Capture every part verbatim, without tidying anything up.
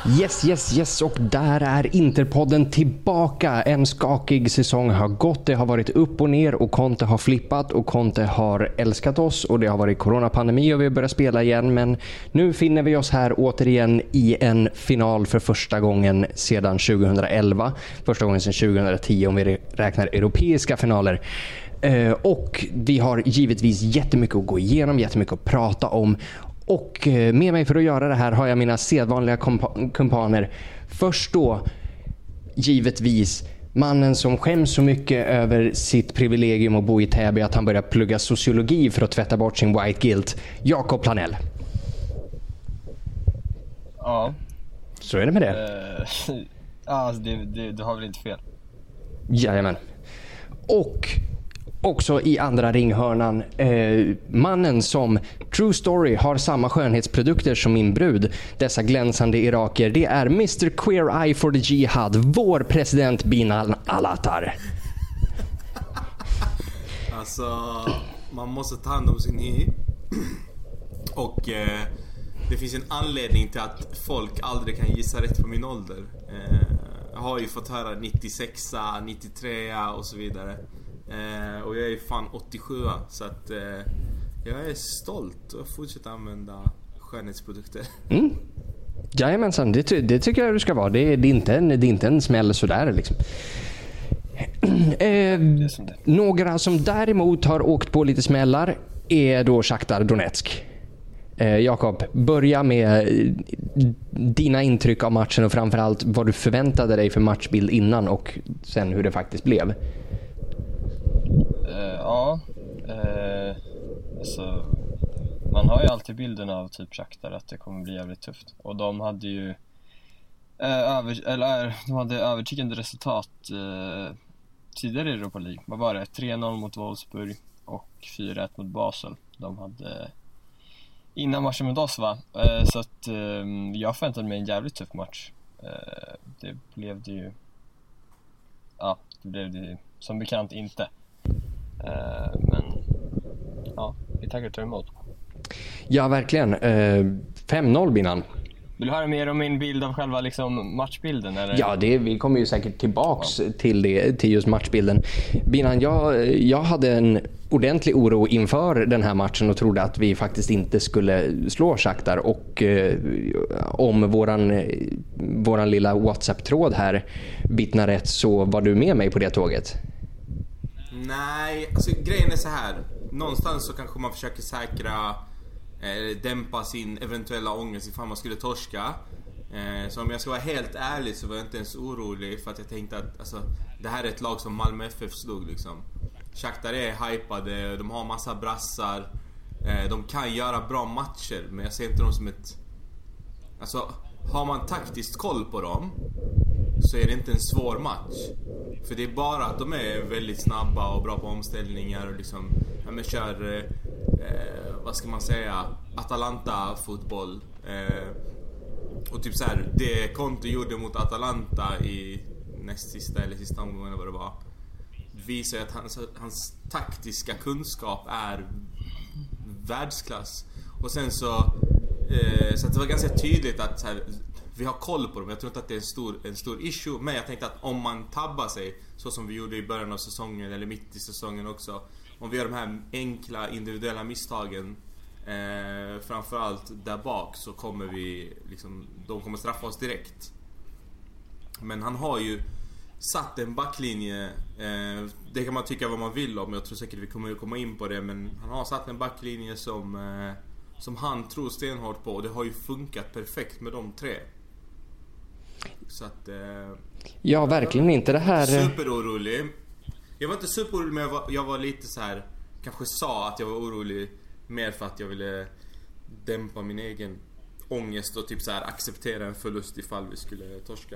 Yes, yes, yes. Och där är Interpodden tillbaka. En skakig säsong har gått. Det har varit upp och ner och Conte har flippat och Conte har älskat oss och det har varit coronapandemi och vi börjar spela igen. Men nu finner vi oss här återigen i en final för första gången sedan tjugohundraelva. Första gången sedan tjugohundratio om vi räknar europeiska finaler. Uh, och vi har givetvis jättemycket att gå igenom, jättemycket att prata om. Och uh, med mig för att göra det här har jag mina sedvanliga kompa- kumpaner. Först då, givetvis, mannen som skäms så mycket över sitt privilegium att bo i Täby att han börjar plugga sociologi för att tvätta bort sin white guilt. Jakob Planell. Ja. Så är det med det. Uh, ja, alltså det, det, du har väl inte fel. Jajamän. Och också i andra ringhörnan, eh, mannen som True Story har samma skönhetsprodukter som min brud. Dessa glänsande iraker, det är mister Queer Eye for the Jihad, vår president Binal Al-Attar. Alltså, man måste ta hand om sin hy. Och eh, det finns en anledning till att folk aldrig kan gissa rätt på min ålder. Eh, jag har ju fått höra nittiosex, nittiotre och så vidare. Eh, och jag är fan åttiosju, så att eh, jag är stolt och fortsätter använda skönhetsprodukter. Mm. Jajamensan, det, ty- det tycker jag du ska vara. Det är, det är, inte, en, det är inte en smäll sådär liksom. eh, några som däremot har åkt på lite smällar är då Shakhtar Donetsk. eh, Jakob, börja med dina intryck av matchen och framförallt vad du förväntade dig för matchbild innan och sen hur det faktiskt blev. Uh, ja, uh, alltså, man har ju alltid bilden av typ Shakhtar att det kommer bli jävligt tufft. Och de hade ju uh, över, eller, de hade övertygande resultat uh, tidigare i Europa League. Vad var det? tre noll mot Wolfsburg och fyra ett mot Basel. De hade innan matchen med oss, va? Uh, så att uh, jag förväntade mig en jävligt tuff match. Uh, det blev det ju Ja, det blev det ju som bekant inte. Uh, men ja, vi tackar och tar emot. Ja, verkligen. Uh, fem noll Binan. Vill du höra mer om min bild av själva liksom, matchbilden? Eller? Ja, det, vi kommer ju säkert tillbaks ja. till, det, till just matchbilden. Binan, jag, jag hade en ordentlig oro inför den här matchen och trodde att vi faktiskt inte skulle slå Shakhtar. Och eh, om våran, våran lilla WhatsApp-tråd här vittnar rätt, så var du med mig på det tåget. Nej, alltså grejen är så här. Någonstans så kanske man försöker säkra eh, dämpa sin eventuella ångest ifall man skulle torska. eh, Så om jag ska vara helt ärlig så var jag inte ens orolig, för att jag tänkte att alltså, det här är ett lag som Malmö F F slog liksom. Shakhtar är hypade, de har massa brassar, eh, de kan göra bra matcher, men jag ser inte dem som ett... Alltså, har man taktiskt koll på dem så är det inte en svår match. För det är bara att de är väldigt snabba och bra på omställningar och liksom, ja men kör eh, vad ska man säga, Atalanta-fotboll. eh, Och typ så här, det Conte gjorde mot Atalanta i näst sista eller sista omgången vad det var, visar att hans, hans taktiska kunskap är världsklass. Och sen så eh, så att det var ganska tydligt att så här, vi har koll på dem. Jag tror inte att det är en stor, en stor issue. Men jag tänkte att om man tabbar sig, så som vi gjorde i början av säsongen eller mitt i säsongen också, om vi gör de här enkla individuella misstagen eh, framförallt där bak, så kommer vi liksom, de kommer straffa oss direkt. Men han har ju satt en backlinje, eh, det kan man tycka vad man vill om. Jag tror säkert vi kommer komma in på det. Men han har satt en backlinje som eh, som han tror stenhårt på, och det har ju funkat perfekt med de tre. Så att eh, ja, verkligen inte det här. Superorolig. Jag var inte superorolig, men jag var, jag var lite så här, kanske sa att jag var orolig mer för att jag ville dämpa min egen ångest och typ så här acceptera en förlust ifall vi skulle torska.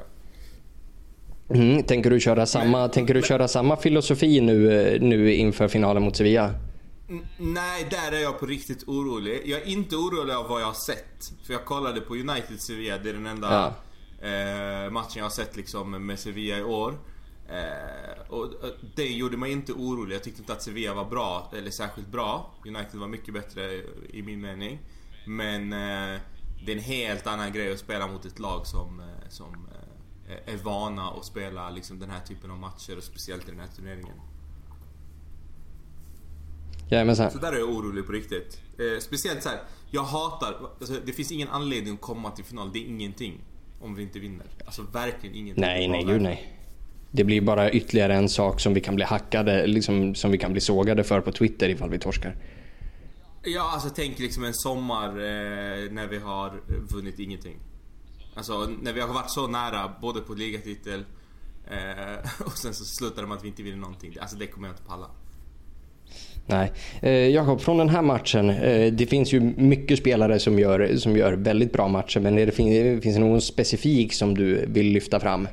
Mm, tänker du köra samma men, tänker du men, köra samma filosofi nu nu inför finalen mot Sevilla? N- nej, där är jag på riktigt orolig. Jag är inte orolig av vad jag har sett, för jag kollade på United Sevilla. Det är den enda ja. eh, matchen jag har sett liksom med Sevilla i år. eh, Och det gjorde mig inte orolig. Jag tyckte inte att Sevilla var bra, eller särskilt bra. United var mycket bättre i min mening. Men eh, det är en helt annan grej att spela mot ett lag som, som är vana att spela liksom den här typen av matcher, och speciellt i den här turneringen. Jajamensan. Så där är jag orolig på riktigt. eh, Speciellt så här, jag hatar alltså, det finns ingen anledning att komma till final. Det är ingenting om vi inte vinner. Alltså verkligen ingenting. Nej, nej, gud nej. Det blir bara ytterligare en sak som vi kan bli hackade, liksom, som vi kan bli sågade för på Twitter ifall vi torskar. Ja, alltså tänk liksom en sommar eh, när vi har vunnit ingenting. Alltså när vi har varit så nära både på ligatitel eh, och sen så slutar det med att vi inte vinner någonting. Alltså det kommer jag inte palla. Nej, eh, Jakob, från den här matchen, eh, det finns ju mycket spelare som gör, som gör väldigt bra matcher, men är det, fin- finns det någon specifik som du vill lyfta fram?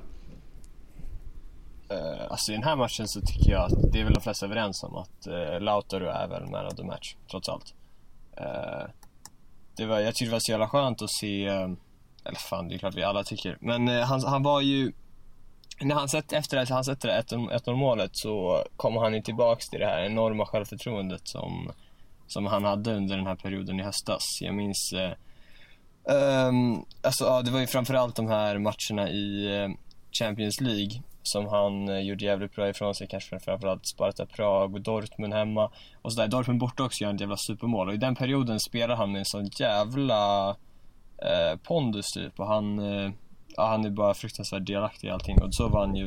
Uh, alltså i den här matchen så tycker jag att det är väl de flesta överens om att uh, Lautaro är väl man of the match, trots allt. Uh, det var, jag tycker det var så jävla skönt att se, uh, eller fan det är klart vi alla tycker, men uh, han, han var ju, när han sett, efter att han sätter ett noll målet så kommer han ju tillbaks till det här enorma självförtroendet som, som han hade under den här perioden i höstas. Jag minns uh, um, alltså ja, det var ju framförallt de här matcherna i uh, Champions League som han uh, gjorde jävligt bra ifrån sig, kanske framförallt Sparta Prag och Dortmund hemma och sådär. Dortmund borta också gör en jävla supermål, och i den perioden spelar han med en sån jävla uh, pondus typ, och han uh, ja, han är bara fruktansvärt delaktig i allting, och så var han ju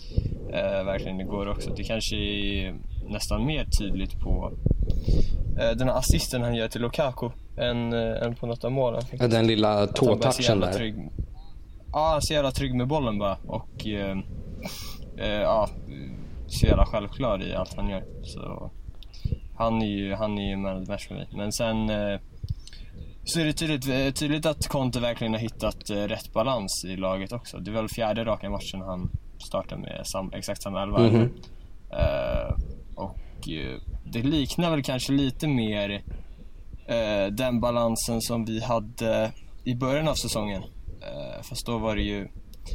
uh, verkligen igår också. Det kanske är nästan mer tydligt på uh, den här assisten han gör till Lukaku än, uh, än på något av målen. Den lilla tåtouchen där. Trygg. Ja, han är så jävla trygg med bollen bara. Och eh, eh, ja, så jävla självklar i allt han gör. Så han är ju, han är ju man of the match för mig. Men sen eh, så är det tydligt, tydligt att Conte verkligen har hittat eh, rätt balans i laget också. Det är väl fjärde raka matchen han startar med sam, exakt samma elva. Mm-hmm. eh, Och eh, det liknar väl kanske lite mer eh, den balansen som vi hade i början av säsongen. Uh, fast då var det ju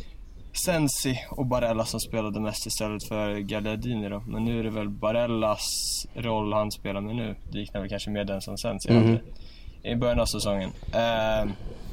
Sensi och Barella som spelade mest istället för Gagliardini då. Men nu är det väl Barellas roll han spelar med nu. Det liknar väl kanske mer den som Sensi mm. hade i början av säsongen. uh,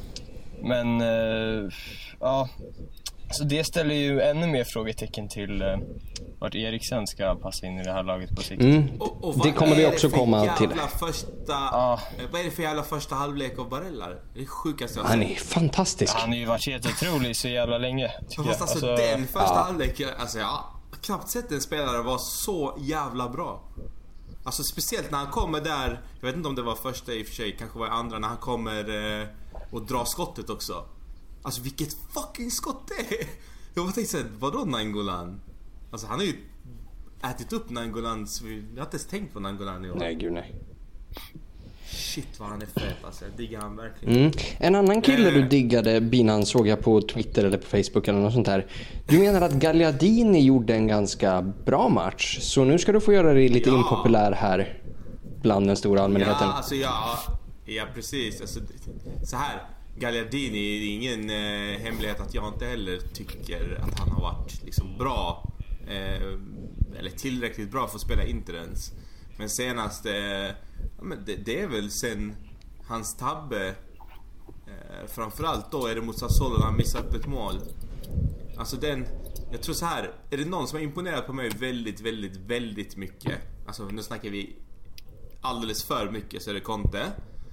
Men uh, ja, så det ställer ju ännu mer frågetecken till uh, vart Eriksen ska passa in i det här laget på sikt. mm. och, och det kommer vi också komma till. Första, ah. Vad är det för jävla första halvlek av Barella? Det är sjukast jag Han är fantastisk. Han har ju varit helt otrolig så jävla länge. Fast alltså, alltså den första ja. halvlek, alltså jag har knappt sett en spelare vara så jävla bra. Alltså speciellt när han kommer där. Jag vet inte om det var första i och för sig, kanske var andra, när han kommer eh, och drar skottet också. Alltså vilket fucking skott det är. Jag var tänkt såhär, vadå Nainggolan? Alltså han har ju ätit upp Nainggolan. Jag har inte ens tänkt på Nainggolan i år. Nej gud nej. Shit vad han är fet alltså, jag diggar han verkligen. mm. En annan kille eh. du diggade, Binan, såg jag på Twitter eller på Facebook eller något sånt där. Du menar att Gagliardini gjorde en ganska bra match, så nu ska du få göra dig lite ja. impopulär här bland den stora allmänheten. Ja, alltså ja, ja precis alltså, så här, Gagliardini, det är ingen eh, hemlighet att jag inte heller tycker att han har varit liksom bra eh, eller tillräckligt bra för att spela Interens. Men senast eh, ja, men det, det är väl sen hans tabbe eh, framförallt då är det mot Sassuolo när han missar upp ett mål. Alltså den, jag tror så här, är det någon som har imponerat på mig väldigt, väldigt, väldigt mycket, alltså nu snackar vi alldeles för mycket, så är det Conte.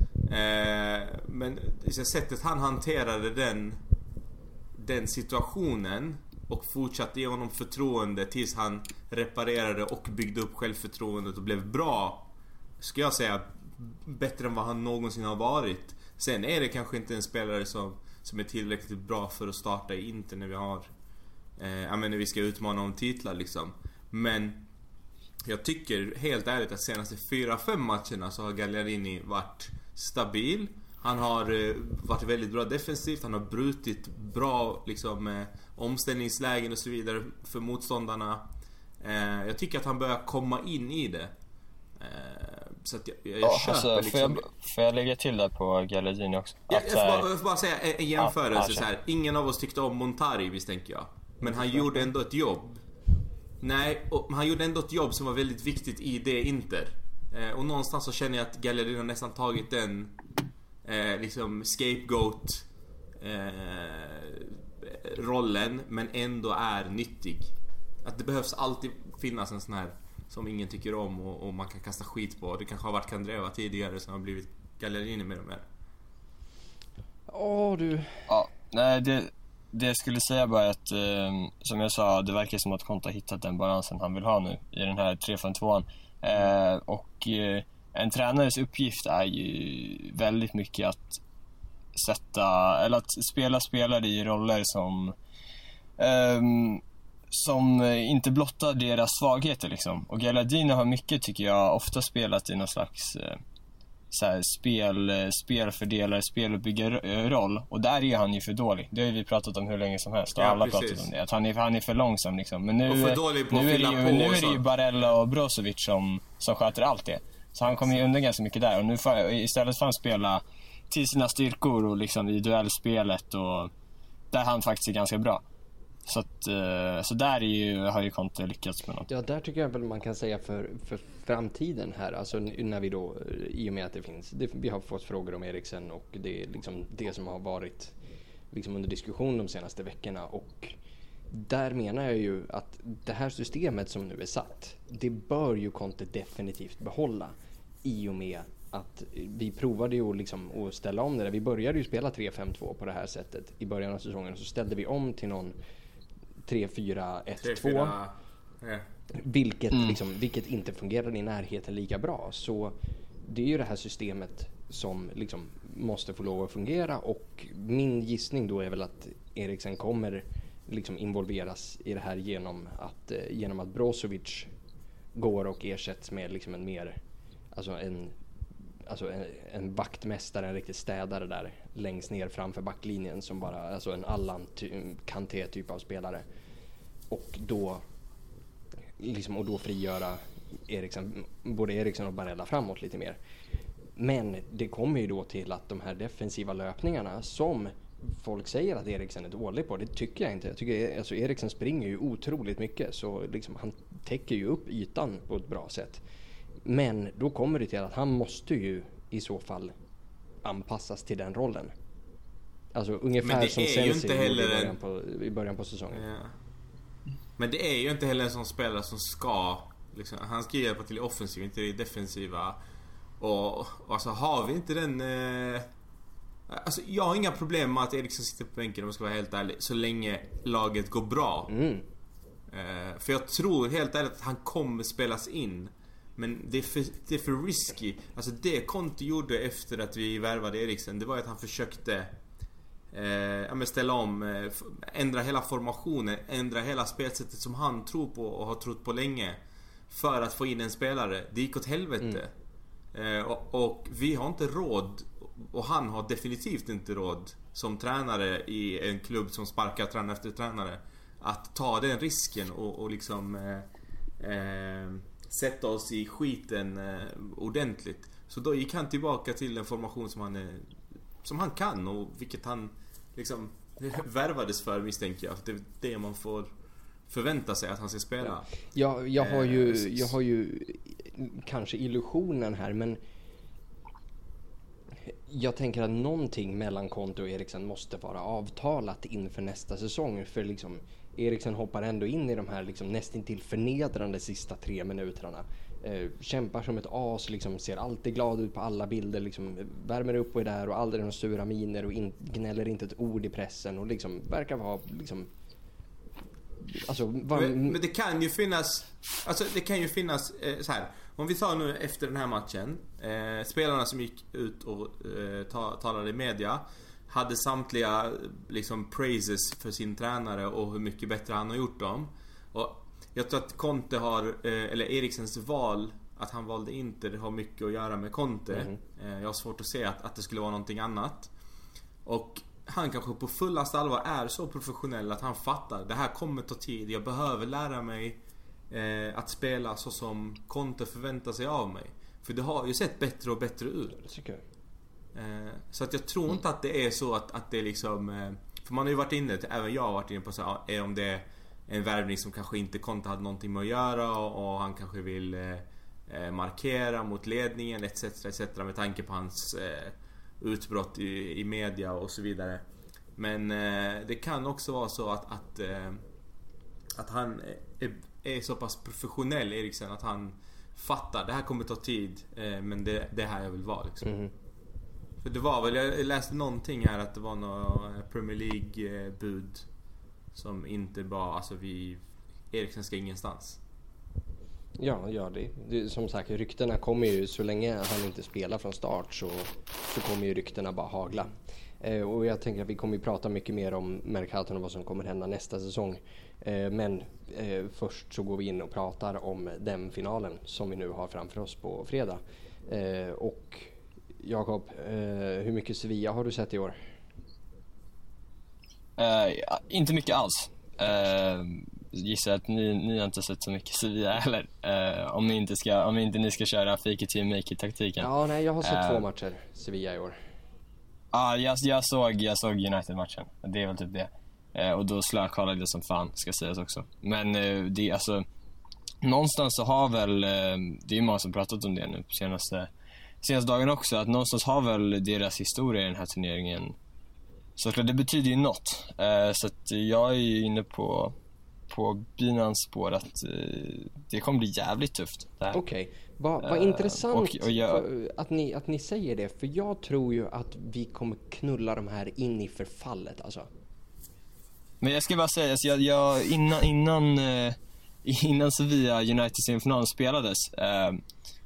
Eh, men sättet han hanterade den den situationen och fortsatte ge honom förtroende tills han reparerade och byggde upp självförtroendet och blev bra, ska jag säga, bättre än vad han någonsin har varit. Sen är det kanske inte en spelare som, som är tillräckligt bra för att starta i Inter när vi har eh, jag menar, vi ska utmana om titlar liksom. Men jag tycker helt ärligt att senaste fyra fem matcherna så har Gagliardini varit stabil. Han har eh, varit väldigt bra defensivt. Han har brutit bra liksom, eh, omställningslägen och så vidare för motståndarna. eh, Jag tycker att han börjar komma in i det. eh, Så att jag, jag, jag ja, köper alltså, liksom. får, jag, får jag lägga till där på Gagliardini också? Ja, jag, får bara, jag får bara säga en jämförelse ja, så här. Ingen av oss tyckte om Montari, visst tänker jag. Men han gjorde ändå ett jobb. Nej, och han gjorde ändå ett jobb som var väldigt viktigt i det Inter. eh, Och någonstans så känner jag att Gagliardini har nästan tagit den eh, liksom scapegoat eh, rollen, men ändå är nyttig. Att det behövs alltid finnas en sån här som ingen tycker om och, och man kan kasta skit på. Det kanske har varit Kandreva tidigare som har blivit Gallerini mer och mer. Åh, du. Ja, nej, det, det jag skulle säga bara att eh, som jag sa, det verkar som att Conte har hittat den balansen han vill ha nu i den här tre fem två. Eh, och eh, en tränares uppgift är ju väldigt mycket att sätta, eller att spela spelare i roller som eh, som inte blottar deras svagheter liksom. Och Galladino har mycket, tycker jag, ofta spelat i någon slags eh, så här, spel, spelfördelare, speluppbyggarroll. Och där är han ju för dålig. Det har vi pratat om hur länge som helst. Och ja, alla precis. pratat om det. Att han är, han är för långsam liksom. Men nu, nu, är, det ju, nu är det ju Barella och Brozovic som, som sköter allt det. Så han kommer ju undan ganska mycket där. Och nu får, istället för att han spela till sina styrkor och liksom i duellspelet, och där han faktiskt är ganska bra. Så, att, så där är ju, har ju Conte lyckats med något. Ja, där tycker jag väl man kan säga för, för framtiden här. Alltså när vi då, i och med att det finns, det, vi har fått frågor om Eriksen och det är liksom det som har varit liksom under diskussion de senaste veckorna. Och där menar jag ju att det här systemet som nu är satt, det bör ju Conte definitivt behålla, i och med att vi provade ju liksom att ställa om det där. Vi började ju spela tre fem två på det här sättet i början av säsongen, och så ställde vi om till någon tre fyra ett två, ja. vilket, mm. liksom, vilket inte fungerade i närheten lika bra. Så det är ju det här systemet som liksom måste få lov att fungera, och min gissning då är väl att Eriksen kommer liksom involveras i det här genom att, eh, genom att Brozovic går och ersätts med liksom en mer, alltså en Alltså en, en vaktmästare, en riktig städare där längst ner framför backlinjen, som bara, alltså en Allan ty- Kanté typ av spelare. Och då liksom, och då frigöra Eriksen, både Eriksen och Barella framåt lite mer. Men det kommer ju då till att de här defensiva löpningarna som folk säger att Eriksen är dålig på, det tycker jag inte. Jag tycker alltså Eriksen springer ju otroligt mycket, så liksom han täcker ju upp ytan på ett bra sätt. Men då kommer det till att han måste ju i så fall anpassas till den rollen. Alltså ungefär som Sensi i början på, i början på säsongen. Ja. Men det är ju inte heller en sån spelare som ska liksom, han ska hjälpa till i offensiv, inte i defensiva. Och, och alltså har vi inte den eh, alltså jag har inga problem med att Eriksen sitter på bänken, om jag ska vara helt ärlig, så länge laget går bra. Mm. eh, För jag tror helt ärligt att han kommer spelas in. Men det är, för, det är för risky. Alltså det Conte gjorde efter att vi värvade Eriksen, det var att han försökte eh, ställa om, eh, ändra hela formationen, ändra hela spelsättet som han tror på och har trott på länge, för att få in en spelare. Det gick åt helvete. Mm. eh, och, och vi har inte råd, och han har definitivt inte råd som tränare i en klubb som sparkar tränare efter tränare, att ta den risken och, och liksom eh, eh, sätta oss i skiten eh, ordentligt. Så då gick han tillbaka till en formation som han eh, som han kan, och vilket han liksom värvades för, misstänker jag. Det är det man får förvänta sig att han ska spela. Ja, jag har ju eh, jag har ju kanske illusionen här, men jag tänker att någonting mellan Conte och Eriksen måste vara avtalat inför nästa säsong, för liksom Eriksen hoppar ändå in i de här liksom nästintill förnedrande sista tre minuterna. Eh, kämpar som ett as, liksom, ser alltid glad ut på alla bilder, liksom, värmer upp och är där och aldrig några sura miner och in, gnäller inte ett ord i pressen och liksom verkar vara liksom, alltså, var... men, men det kan ju finnas, alltså det kan ju finnas eh, så här. Om vi tar nu efter den här matchen, eh, spelarna som gick ut och eh, ta, talade i media hade samtliga liksom praises för sin tränare och hur mycket bättre han har gjort dem. Och jag tror att Conte har, eller Eriksens val, att han valde inte, det har mycket att göra med Conte. Mm. Jag har svårt att se att, att det skulle vara någonting annat. Och han kanske på fullast allvar är så professionell att han fattar, det här kommer ta tid, jag behöver lära mig eh, att spela så som Conte förväntar sig av mig. För det har ju sett bättre och bättre ut. Det tycker jag. Så att jag tror mm. inte att det är så att, att det är liksom, för man har ju varit inne, även jag har varit inne på så här, om det är en värvning som kanske inte Conte hade någonting med att göra, och, och han kanske vill eh, markera mot ledningen etc, etc med tanke på hans eh, utbrott i, i media och så vidare. Men eh, det kan också vara så att att, eh, att han är, är så pass professionell, Eriksen, att han fattar det här kommer ta tid, eh, men det, det här jag vill vara liksom. Mm. För det var väl, jag läste någonting här att det var någon Premier League bud som inte bara, alltså vi, Eriksen ska ingenstans. Ja, ja det, det, som sagt, ryktena kommer ju, så länge han inte spelar från start så, så kommer ju ryktena bara hagla. Eh, och jag tänker att vi kommer ju prata mycket mer om Mercaton och vad som kommer hända nästa säsong. Eh, men eh, först så går vi in och pratar om den finalen som vi nu har framför oss på fredag. Eh, och Jakob, eh, hur mycket Sevilla har du sett i år? Uh, inte mycket alls. Uh, gissar att ni, ni har inte sett så mycket Sevilla heller. Uh, om ni inte ska, om inte ni ska köra fake it till make it taktiken. Ja, nej, jag har sett uh, två matcher Sevilla i år. Ja, uh, jag, jag såg jag såg United-matchen. Det är väl typ det. Uh, och då slökollade det som fan, ska sägas också. Men uh, det är alltså någonstans så har väl uh, det är många som pratat om det nu på senaste senaste dagen också, att någonstans har väl deras historia i den här turneringen. Så det betyder ju något. Uh, så att jag är ju inne på på Binans spår att uh, det kommer bli jävligt tufft. Okej, okay. Vad va intressant uh, och, och jag... att, ni, att ni säger det. För jag tror ju att vi kommer knulla de här in i förfallet alltså. Men jag ska bara säga, alltså jag, jag, innan, innan, uh, innan Sevilla United-semifinalen spelades uh,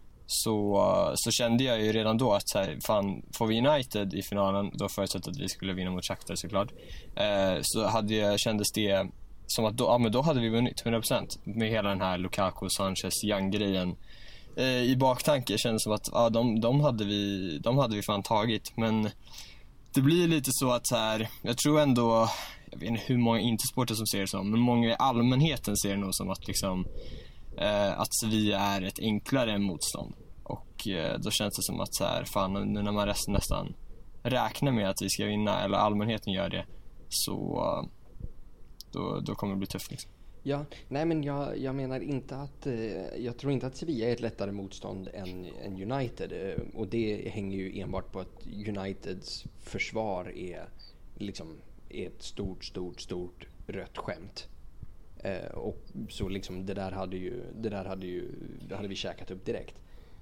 Så, så kände jag ju redan då att så här, fan, får vi United i finalen, då förutsatt att vi skulle vinna mot Shakhtar såklart. Eh, så hade jag, kändes det som att då, ja, men då hade vi vunnit hundra procent med hela den här Lukaku, Sanchez, Young-grejen. Eh, I baktanke kändes som att ja, de, de, hade vi, de hade vi fan tagit. Men det blir lite så att så här, jag tror ändå, jag vet inte hur många intersporter som ser det som, men många i allmänheten ser det nog som att liksom eh, att vi är ett enklare motstånd. Och eh, då känns det som att så här, fan, nu när man resten nästan räknar med att vi ska vinna, eller allmänheten gör det, så då, då kommer det bli tufft liksom. Ja, nej men jag, jag menar inte att eh, jag tror inte att Sevilla är ett lättare motstånd än, än United, eh, och det hänger ju enbart på att Uniteds försvar är liksom är ett stort, stort, stort rött skämt. Eh, och så liksom det där hade ju det där hade ju det hade vi käkat upp direkt.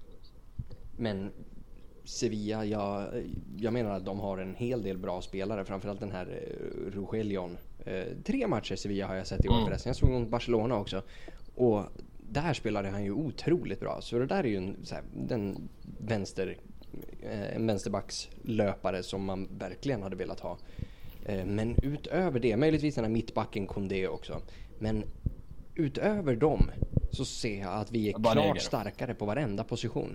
Men Sevilla, jag, jag menar att de har en hel del bra spelare, framförallt den här eh, Rogellion. Eh, tre matcher Sevilla har jag sett i år förresten. Jag såg mot Barcelona också. Och där spelade han ju otroligt bra. Så det där är ju en, så här, den vänster, eh, en vänsterbackslöpare som man verkligen hade velat ha. Eh, men utöver det, möjligtvis den här mittbacken Koundé också. Men utöver dem så ser jag att vi är klart lägger. starkare på varenda position.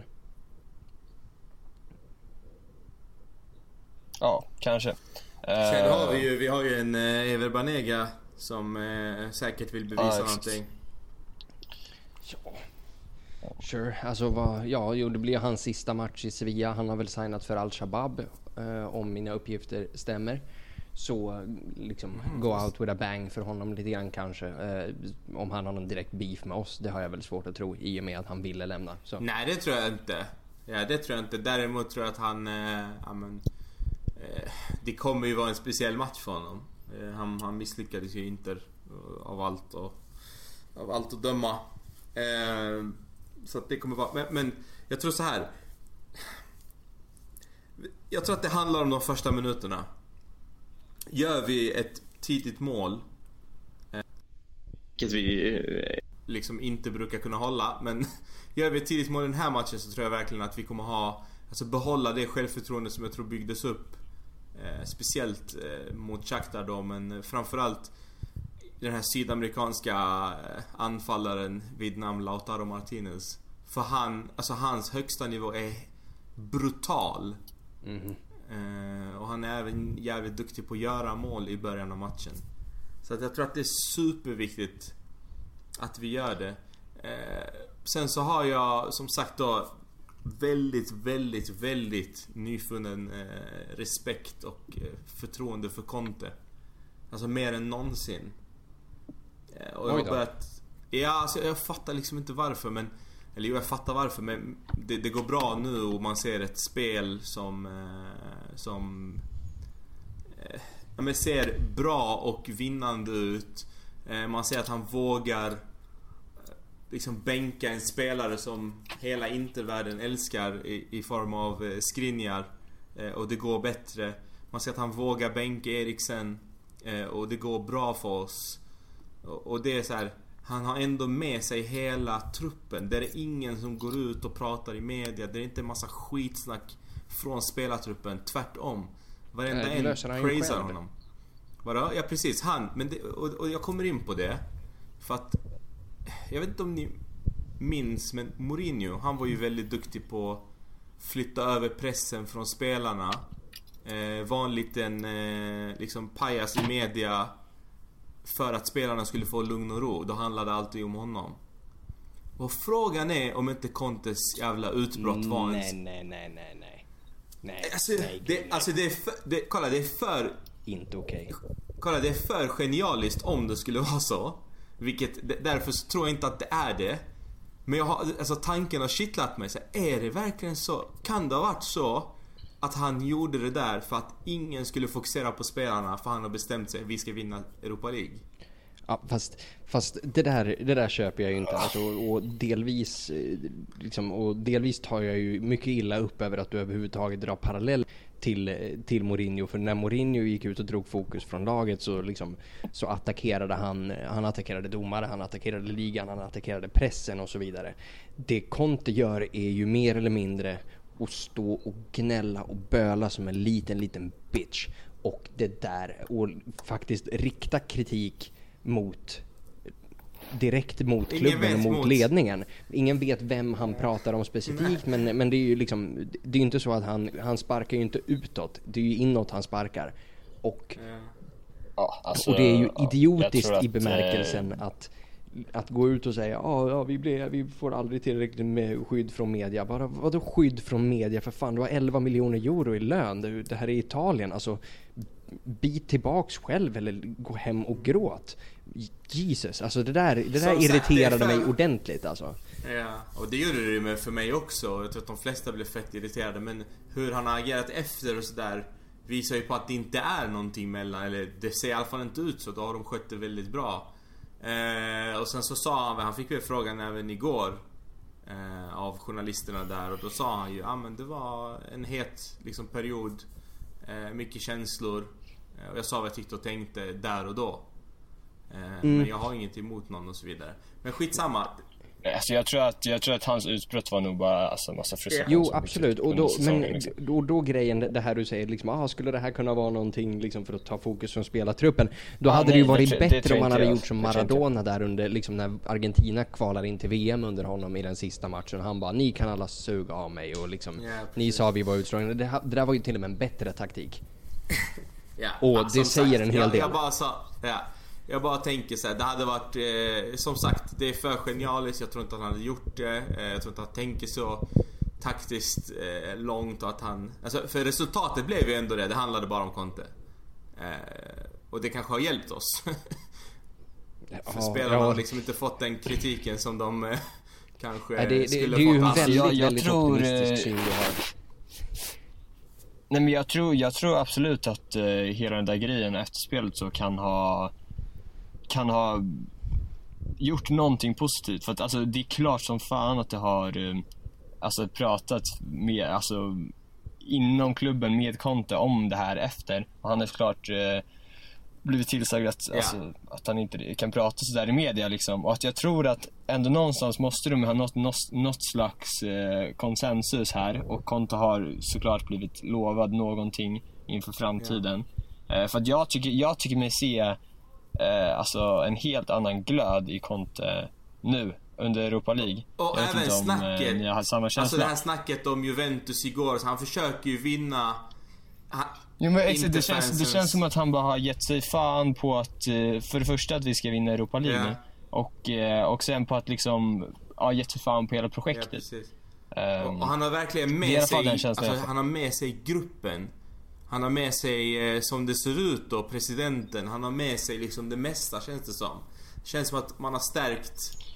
Ja, kanske. Sen har vi ju, vi har ju en uh, Ever Banega som uh, säkert vill bevisa ah, någonting. Ja. Sure, alltså vad, ja, jo, det blir hans sista match i Sevilla. Han har väl signat för Al-Shabaab, uh, om mina uppgifter stämmer. Så liksom mm. go out with a bang för honom lite grann kanske. Uh, om han har någon direkt beef med oss, det har jag väl svårt att tro i och med att han ville lämna. Så. Nej, det tror jag inte. Ja, det tror jag inte. Däremot tror jag att han uh, amen, det kommer ju vara en speciell match för honom. Han, han misslyckades ju inte av allt och av allt att döma. Så att det kommer vara, men, men jag tror så här. Jag tror att det handlar om de första minuterna. Gör vi ett tidigt mål, vilket vi liksom inte brukar kunna hålla, men gör vi ett tidigt mål i den här matchen, så tror jag verkligen att vi kommer ha, alltså behålla det självförtroende som jag tror byggdes upp. Eh, speciellt eh, mot Shakhtar då, men framförallt den här sydamerikanska eh, anfallaren vid namn Lautaro Martinez. För han, alltså hans högsta nivå är brutal. Mm-hmm. eh, Och han är även jävligt duktig på att göra mål i början av matchen. Så att jag tror att det är superviktigt att vi gör det. eh, Sen så har jag som sagt då väldigt, väldigt, väldigt nyfunnen eh, respekt och eh, förtroende för Conte. Alltså mer än någonsin. Eh, och jag har börjat, ja, alltså, jag fattar liksom inte varför, men eller jo, jag fattar varför, men det, det går bra nu och man ser ett spel som eh, som eh, ja, men ser bra och vinnande ut. eh, Man ser att han vågar eh, liksom bänka en spelare som hela intervärlden älskar i, i form av eh, Skriniar, eh, och det går bättre. Man ser att han vågar bänka Eriksen, eh, och det går bra för oss. och, och det är så här, han har ändå med sig hela truppen. Det är ingen som går ut och pratar i media. Det är inte en massa skitsnack från spelartruppen. Tvärtom. Varenda en praisar honom. Vadå? Ja, precis. Han. Men det, och, och jag kommer in på det. För att jag vet inte om ni minns, men Mourinho, han var ju väldigt duktig på att flytta över pressen från spelarna. Eh, var en liten eh, liksom pajas i media för att spelarna skulle få lugn och ro. Då handlade det alltid om honom. Och frågan är om inte Contes jävla utbrott var en... Nej, nej, nej, nej, nej. Nej, alltså, nej, det, nej. alltså det är för, det, kolla, det är för... Inte okej. Okay. Kolla, det är för genialiskt om det skulle vara så. Vilket, därför så tror jag inte att det är det. Men jag har, alltså tanken har kittlat mig så här, är det verkligen så? Kan det ha varit så att han gjorde det där för att ingen skulle fokusera på spelarna, för han har bestämt sig, vi ska vinna Europa League? Ja, fast, fast det, där, det där köper jag ju inte. Alltså, och, delvis, liksom, och delvis tar jag ju mycket illa upp över att du överhuvudtaget drar parallell till, till Mourinho. För när Mourinho gick ut och drog fokus från laget så, liksom, så attackerade han, han attackerade domare, han attackerade ligan, han attackerade pressen och så vidare. Det Conte gör är ju mer eller mindre att stå och gnälla och böla som en liten, liten bitch. Och det där, och faktiskt rikta kritik mot direkt mot klubben och mot, mot ledningen. Ingen vet vem han pratar om specifikt, men, men det är ju liksom, det är ju inte så att han, han sparkar ju inte utåt, det är ju inåt han sparkar. Och, ja, alltså, och det är ju idiotiskt att, i bemärkelsen äh... att att gå ut och säga ja, ja vi, blir, vi får aldrig tillräckligt med skydd från media. Bara, vadå skydd från media? För fan, du har elva miljoner euro i lön. Det, det här är Italien. Alltså, bit tillbaks själv eller gå hem och gråt. Jesus, alltså det där, det där irriterade för... mig ordentligt alltså. Ja, och det gjorde det med för mig också. Jag tror att de flesta blev fett irriterade. Men hur han har agerat efter och sådär visar ju på att det inte är någonting mellan, eller det ser i alla fall inte ut så. Då har de skött det väldigt bra. Eh, och sen så sa han, han fick väl frågan även igår eh, av journalisterna där, och då sa han ju, ja ah, men det var en het liksom, period, eh, mycket känslor, eh, och jag sa vad jag tyckte och tänkte där och då, eh, mm. men jag har inget emot någon och så vidare. Men skitsamma. Alltså jag tror att jag tror att hans utbrott var nog bara alltså en massa frustration. Jo, absolut. Och då, men liksom. då, då grejen, det här du säger liksom, ah, skulle det här kunna vara någonting liksom för att ta fokus från spelartruppen? Då ah, hade nej, det ju varit det, bättre det om man hade jag. gjort som Maradona där under liksom när Argentina kvalar in till V M under honom i den sista matchen. Han bara, ni kan alla suga av mig och liksom, yeah, ni sa vi var utslagna. Det, det där var ju till och med en bättre taktik. Ja, och det säger sagt, en hel jag, del. Jag bara sa, ja. Jag bara tänker så här, det hade varit eh, som sagt, det är för genialiskt. Jag tror inte att han hade gjort det. eh, Jag tror inte att han tänker så taktiskt eh, långt och att han, alltså, för resultatet blev ju ändå det. Det handlade bara om Conte, eh, och det kanske har hjälpt oss. För ja, spelarna ja. har liksom inte fått den kritiken som de eh, kanske ja, det, det, skulle det är ju fått. väldigt, jag, jag väldigt tror, optimistisk syn du har. Nej, men jag tror, jag tror absolut att eh, hela den där grejen efter spelet så kan ha kan ha gjort någonting positivt. För att alltså, det är klart som fan att det har eh, alltså, pratat med, alltså, inom klubben med Conte om det här efter. Och han är såklart eh, blivit tillsagd att, yeah. alltså, att han inte kan prata så där i media liksom. Och att jag tror att ändå någonstans måste de ha något, något, något slags eh, konsensus här. Och Conte har såklart blivit lovad någonting inför framtiden. Yeah. Eh, för att jag tycker, jag tycker mig se Eh, alltså en helt annan glöd i Conte nu under Europa League. Och jag även om, snacket eh, samma alltså det här snacket om Juventus igår, så han försöker ju vinna. Han, jo, men det, det, känns, det känns som att han bara har gett sig fan på att eh, för det första att vi ska vinna Europa League, yeah. och, eh, och sen på att liksom ja, gett sig fan på hela projektet. Ja, um, och, och han har verkligen med sig alltså, han har med sig gruppen. Han har med sig, eh, som det ser ut då, presidenten. Han har med sig liksom det mesta, känns det som. Det känns som att man har stärkt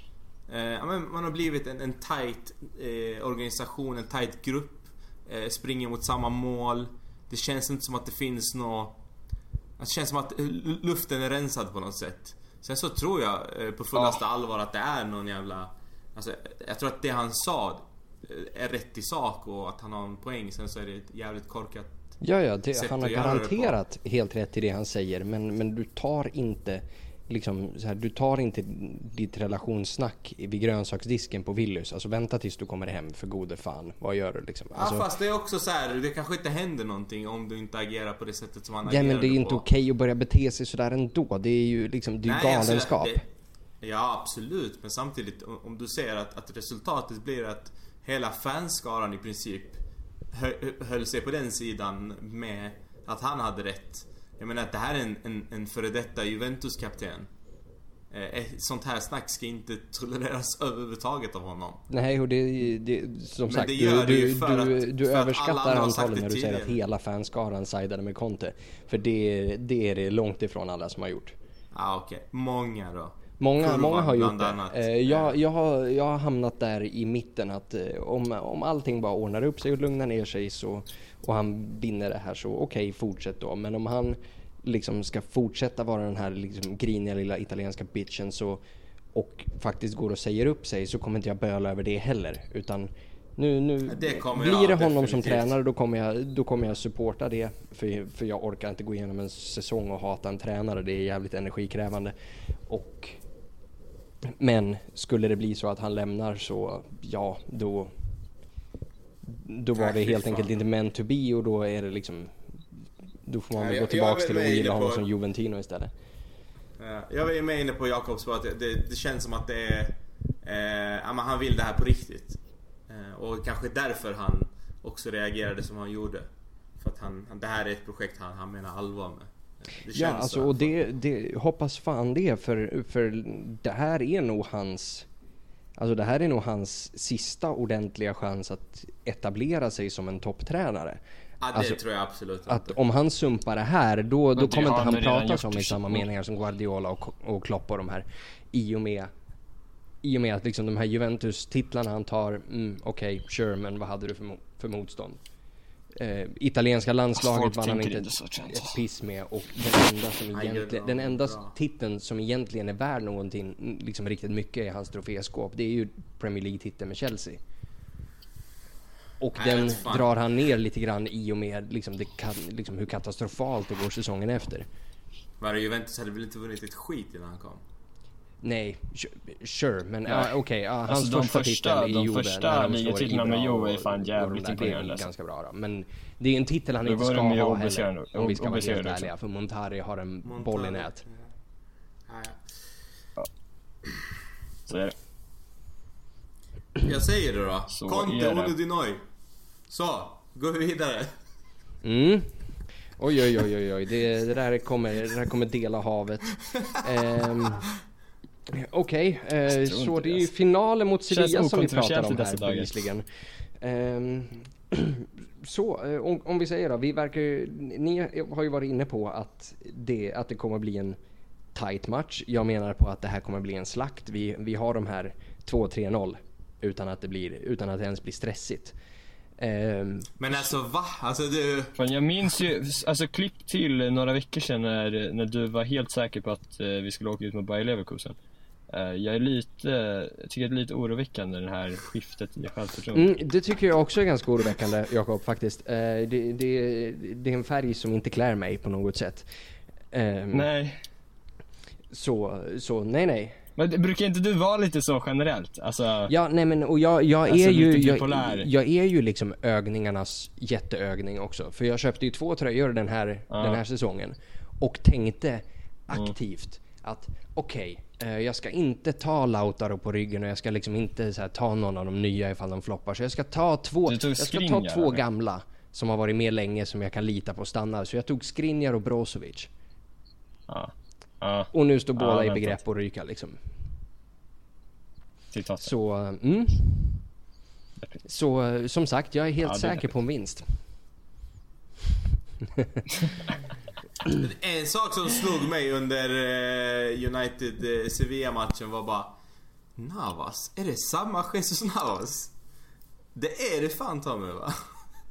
eh, men man har blivit en, en tight eh, organisation, en tight grupp, eh, springer mot samma mål. Det känns inte som att det finns något. Det känns som att luften är rensad på något sätt. Sen så tror jag eh, på fullaste ja. allvar att det är någon jävla, alltså, jag tror att det han sa är rätt i sak och att han har en poäng. Sen så är det ett jävligt korkat. Ja, ja, det, han har garanterat helt rätt i det han säger, men, men du tar inte liksom så här, du tar inte ditt relationssnack vid grönsaksdisken på Willys. Alltså vänta tills du kommer hem, för gode fan. Vad gör du liksom? Alltså, ja, fast det är också så här, det kanske inte händer någonting om du inte agerar på det sättet som han ja, agerade på. Ja, men det är inte okej okay att börja bete sig sådär ändå. Det är ju liksom, det är Nej, galenskap. Alltså, det, ja, absolut. Men samtidigt, om, om du ser att, att resultatet blir att hela fanskaran i princip hö, höll sig på den sidan med att han hade rätt. Jag menar att det här är en, en, en före detta Juventus-kapten. Eh, sånt här snack ska inte tolereras överhuvudtaget av honom. Nej, och det, det som Men sagt, det gör du, det ju du, för du, att, du för överskattar antalet när du tidigare. säger att hela fanskaran sidade med Conte. För det, det är det långt ifrån alla som har gjort. Ja, ah, okej. Okay. Många då. Många, Kurvan, många har gjort annat. det. Eh, jag, jag, har, jag har hamnat där i mitten att eh, om, om allting bara ordnar upp sig och lugnar ner sig så, och han vinner det här, så okej, okay, fortsätt då. Men om han liksom ska fortsätta vara den här liksom griniga lilla italienska bitchen så, och faktiskt går och säger upp sig, så kommer inte jag böla över det heller. Utan nu, nu det kommer blir jag, det honom definitivt. som tränare, då kommer jag, då kommer jag supporta det. För, för jag orkar inte gå igenom en säsong och hata en tränare. Det är jävligt energikrävande. Och men skulle det bli så att han lämnar, så ja, då då var det helt enkelt inte meant to be, och då är det liksom, då får man väl ja, gå tillbaks till att ogilla honom på, som Juventino istället. Jag är med inne på Jakobs på att det, det, det känns som att det är eh, ja, men han vill det här på riktigt. Eh, och kanske därför han också reagerade som han gjorde. För att han, det här är ett projekt han, han menar allvar med. Ja, alltså, och det, det hoppas fan det, för, för det här är nog hans, alltså det här är nog hans sista ordentliga chans att etablera sig som en topptränare. Ja, det alltså, tror jag absolut inte. Att om han sumpar det här, då, då kommer inte han prata som i samma gjort. meningar som Guardiola och, och Klopp och de här, i och med i och med att liksom de här Juventus-titlarna han tar, mm, okej, okay, sure, men vad hade du för, mo- för motstånd? Eh, italienska landslaget vann han inte ett piss med, och den enda, som egentligen, den enda titeln som egentligen är värd någonting liksom riktigt mycket i hans troféskåp, det är ju Premier League-titeln med Chelsea. Och Nej, den drar han ner lite grann i och med liksom, det kan, liksom hur katastrofalt det går säsongen efter. Var det Juventus hade väl inte vunnit ett skit innan han kom? Nej, sure, men ja. uh, okej, okay, uh, hans alltså, första titel i Juve, de första ligatitlarna med Juve är fan jävligt imponerande. Det är ganska bra då, men det är en titel han inte ska ha heller, om vi ska vara helt ärliga, för Montari har en Montari. boll i nät. Ja. Ja. Så är det. Jag säger det då. Så Conte Oludinoi. Så, går vi vidare. Mm. Oj, oj, oj, oj, oj. Det, det, där kommer, det där kommer dela havet. Um, Okej, okay. uh, så det är ju finalen mot Sevilla som vi pratar om här bevisligen. Um, så, uh, om, om vi säger då, vi verkar ju, ni har ju varit inne på att det, att det kommer bli en tight match. Jag menar på att det här kommer bli en slakt. Vi, vi har de här två tre noll utan att det blir, utan att det ens blir stressigt. Um, Men alltså va? Alltså du... Fan, jag minns ju, alltså klipp till några veckor sedan när, när du var helt säker på att uh, vi skulle åka ut med Bayer Leverkusen. Uh, jag är lite, uh, tycker det är lite oroväckande det här skiftet i självförtroende. Mm, det tycker jag också är ganska oroväckande, Jakob, faktiskt. Uh, det, det, det är en färg som inte klär mig på något sätt. Um, nej. Så, så nej, nej. Men brukar inte du vara lite så generellt? Alltså, ja, nej men och jag, jag alltså är ju jag, jag är ju liksom ögningarnas jätteögning också. För jag köpte ju två tröjor den här, ja. den här säsongen. Och tänkte aktivt mm. att okej, okay, eh, jag ska inte ta Lautaro på ryggen, och jag ska liksom inte så här, ta någon av de nya ifall de floppar. Så jag ska ta två, jag ska ta två gamla som har varit med länge, som jag kan lita på stannar. Så jag tog Skriniar och Brozovic. Ja. Ja. Och nu står båda ja, i begrepp att ryka liksom. Citat. Så, mm. Så som sagt, jag är helt ja, säker på en vinst. En sak som slog mig under United Sevilla-matchen var bara, Navas? Är det samma Jesus Navas? Det är det fan ta mig va?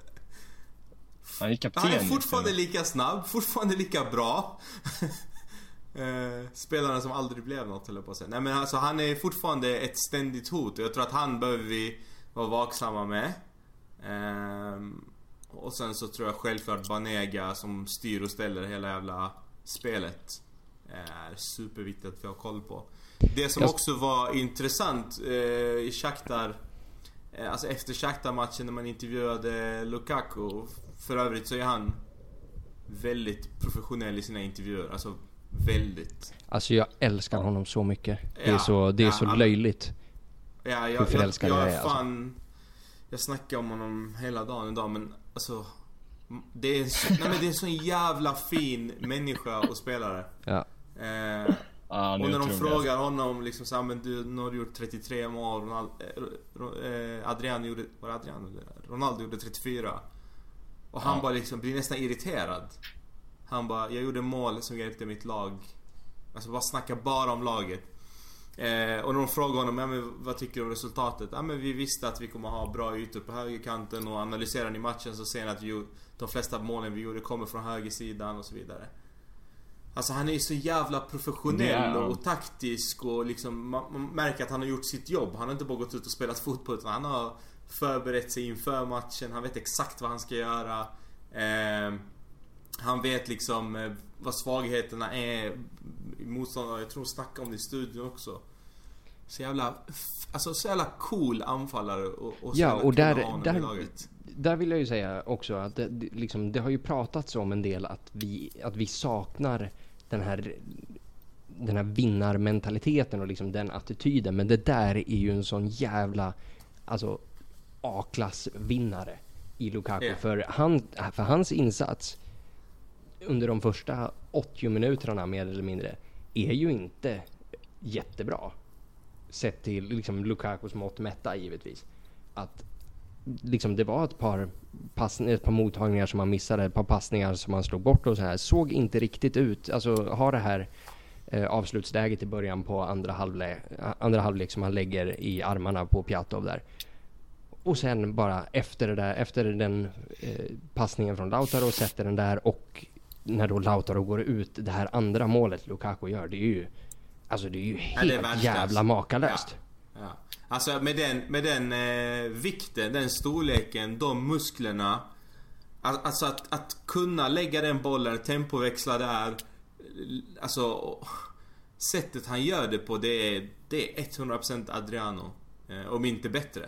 Han är kapten. Han är fortfarande lika snabb, fortfarande lika bra. eh, Spelarna som aldrig blev något, eller på sig. Nej men alltså han är fortfarande ett ständigt hot. Och jag tror att han behöver vi vara vaksamma med. eh, Och sen så tror jag självklart Banega som styr och ställer hela jävla spelet är superviktigt att vi har koll på. Det som också var intressant eh, i Shakhtar, eh, alltså efter Shakhtar-matchen när man intervjuade Lukaku. För övrigt så är han väldigt professionell i sina intervjuer. Alltså väldigt. Alltså jag älskar honom så mycket. Det är ja, så, det är ja, så han, löjligt. Ja, jag, hur jag, förälskad jag, jag jag är fan, alltså. Jag snackar om honom hela dagen idag. Men alltså det är, så, nej, men det är en sån jävla fin människa och spelare. Ja. eh, ah, Och när de frågar jag. honom liksom så här, men du, nu har du gjort trettiotre mål, Ronaldo, eh, Adriano gjorde, var Adriano, Ronaldo gjorde trettiofyra. Och han ja. bara liksom blir nästan irriterad. Han bara, jag gjorde mål som hjälpte mitt lag. Alltså bara snacka bara om laget. eh, Och när de frågar honom, ja, men vad tycker du om resultatet? Ja men vi visste att vi kommer ha bra ytor på högerkanten. Och analyserar ni matchen så ser ni att vi, de flesta målen vi gjorde kommer från högersidan och så vidare. Alltså han är ju så jävla professionell och, och taktisk. Och liksom, man, man märker att han har gjort sitt jobb. Han har inte bara gått ut och spelat fotboll, utan han har förberett sig inför matchen. Han vet exakt vad han ska göra. eh, Han vet liksom eh, vad svagheterna är i motståndare. Jag tror de snackar om det i studion också. Så jävla, alltså så jävla cool anfallare. Och, och så ja, och där, där, där vill jag ju säga också att det, liksom, det har ju pratats om en del att vi, att vi saknar den här, den här vinnarmentaliteten och liksom den attityden. Men det där är ju en sån jävla alltså A-klass vinnare i Lukaku. Yeah. För, han, för hans insats under de första åttio minuterna mer eller mindre är ju inte jättebra. Sett till liksom Lukakus mått mätta givetvis. Att liksom det var ett par pass, ett par mottagningar som han missade, ett par passningar som han slog bort och så här. Såg inte riktigt ut. Alltså har det här eh, avslutsläget i början på andra halvlek, andra halvlek som han lägger i armarna på Pjatov där. Och sen bara efter det där, efter den eh, passningen från Lautaro sätter den där, och när då Lautaro går ut, det här andra målet Lukaku gör, det är ju alltså det är ju helt ja, är jävla makalöst. Ja. Ja. Alltså med den, med den eh, vikten, den storleken, de musklerna, alltså att, att kunna lägga den bollen, tempoväxla där, alltså sättet han gör det på, det är, det är hundra procent Adriano, eh, om inte bättre.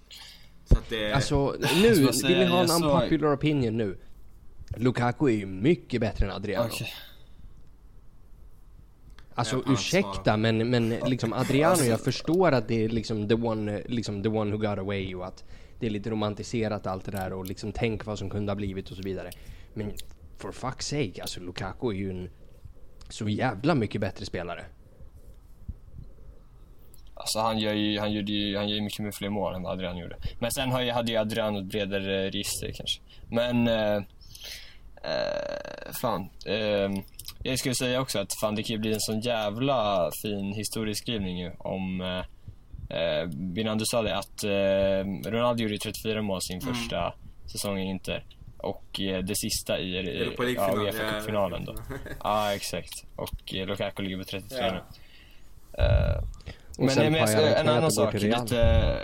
Så att det, alltså nu vill ni ha en unpopular opinion nu. Lukaku är ju mycket bättre än Adriano. Okay. Alltså ursäkta, men, men liksom Adriano, alltså, jag förstår att det är liksom the one, liksom the one who got away och att det är lite romantiserat allt det där och liksom tänk vad som kunde ha blivit och så vidare. Men for fuck's sake, alltså Lukaku är ju en så jävla mycket bättre spelare. Alltså han gör ju, han gjorde ju, han gör ju mycket mer fler mål än vad Adriano gjorde. Men sen har ju, hade ju Adriano ett bredare register kanske. Men eh, eh, fan eh, jag skulle säga också att fan, det kan ju bli en sån jävla fin historieskrivning ju, om eh, Binan, du sa det att eh, Ronaldo gjorde trettiofyra mål sin mm. första säsong i Inter. Och eh, det sista i, i ja, UEFA-cupfinalen då. Ja, ah, exakt. Och eh, Lukaku ligger på trettiotre ja. nu. Uh, men men jag, en annan sak lite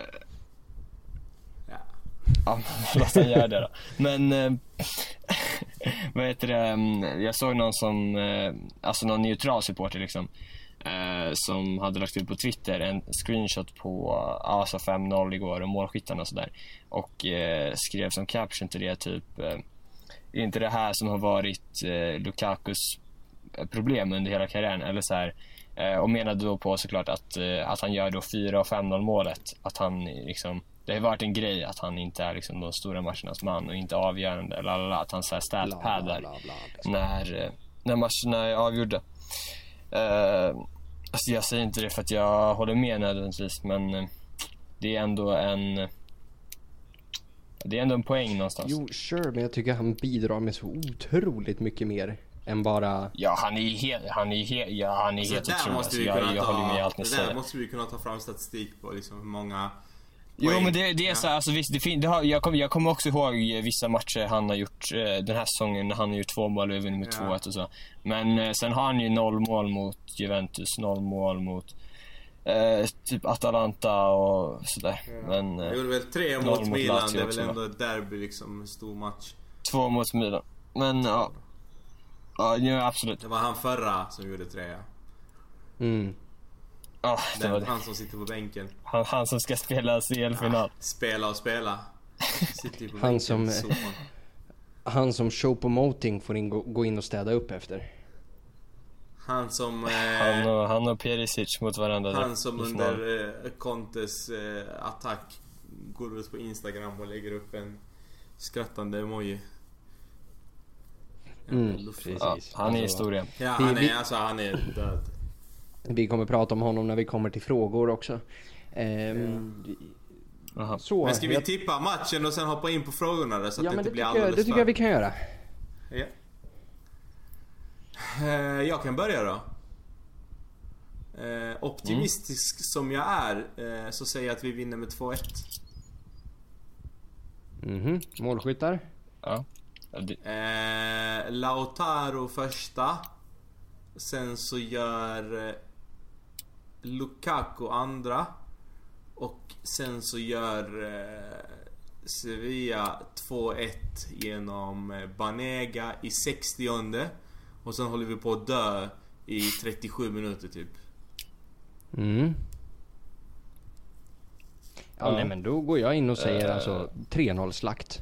ja, ja låt han göra det då. Men eh, vad heter det, jag såg någon som eh, alltså någon neutral supporter liksom eh, som hade lagt ut på Twitter en screenshot på Asa fem noll igår och målskyttarna och sådär, och eh, skrev som caption till det typ eh, inte det här som har varit eh, Lukakus problem under hela karriären, eller så här. Och menade då på såklart att, att han gör då fyra och fem noll målet, att han liksom, det har varit en grej att han inte är liksom de stora matchernas man och inte avgörande, lalala, att han så här statpaddar när, när matcherna är avgjorda. uh, Alltså jag säger inte det för att jag håller med nödvändigtvis, men det är ändå en det är ändå en poäng någonstans. Jo, sure, men jag tycker han bidrar med så otroligt mycket mer än bara... Ja, han är ju helt, han är helt, ja, han är Så helt där otrolig. måste vi jag, kunna jag håller med ta, allt ni det säger. där måste vi kunna ta fram statistik på, liksom hur många Jo, poäng. men det, det är Ja. så här, alltså visst, det fin- det har, jag, kommer, jag kommer också ihåg vissa matcher han har gjort eh, den här säsongen när han har gjort två mål och vunnit med Ja. två ett och så. Men eh, sen har han ju noll mål mot Juventus, noll mål mot eh, typ Atalanta och sådär. Ja. Men Jag eh, gjorde väl tre noll mot mot Milan, Lazio det är väl också, ändå ett derby liksom, en stor match. två mot Milan. Men ja, ja, ja absolut. Det var han förra som gjorde tre, ja. Mm. Ja, det var Den, det. han som sitter på bänken. Han, han som ska spela C L-final. Spela och spela. Sitter ju på Han bänken, som- sopan. Han som show-promoting får in, gå, gå in och städa upp efter. Han som... Han Eh, och, han och Perisic mot varandra. han som i final. under eh, Contes eh, attack går ut på Instagram och lägger upp en skrattande emoji. Mm, Luft- precis. Ja, han är Alltså, historien. Ja, Vi- han vi- är, alltså, han är död. Vi kommer prata om honom när vi kommer till frågor också. Ehm, Aha. Så, Men ska vi jag- tippa matchen och sen hoppa in på frågorna där, så att Ja, det men inte det blir tycker, jag, alldeles det tycker jag vi kan göra. Ja. Eh, Jag kan börja då. Eh, optimistisk som jag är, eh, så säger jag att vi vinner med två ett. Mhm, målskyttar. Ja. Ja, det, Eh, Lautaro första. Sen så gör eh, Lukaku andra. Och sen så gör eh, Sevilla två ett genom eh, Banega i sextionde. Och sen håller vi på att dö i trettiosju minuter typ. Mm. Ja, Ja. nej, men då går jag in och säger Eh. alltså tre noll slakt.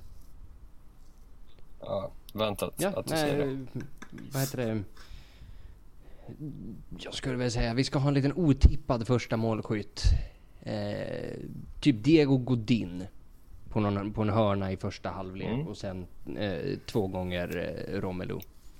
ja, väntat Ja, att du säger det. nej, vad heter det? Jag skulle väl säga vi ska ha en liten otippad första målskytt. Eh, typ Diego Godin på, någon, på en hörna i första halvlek Mm. och sen eh, två gånger eh, Romelu.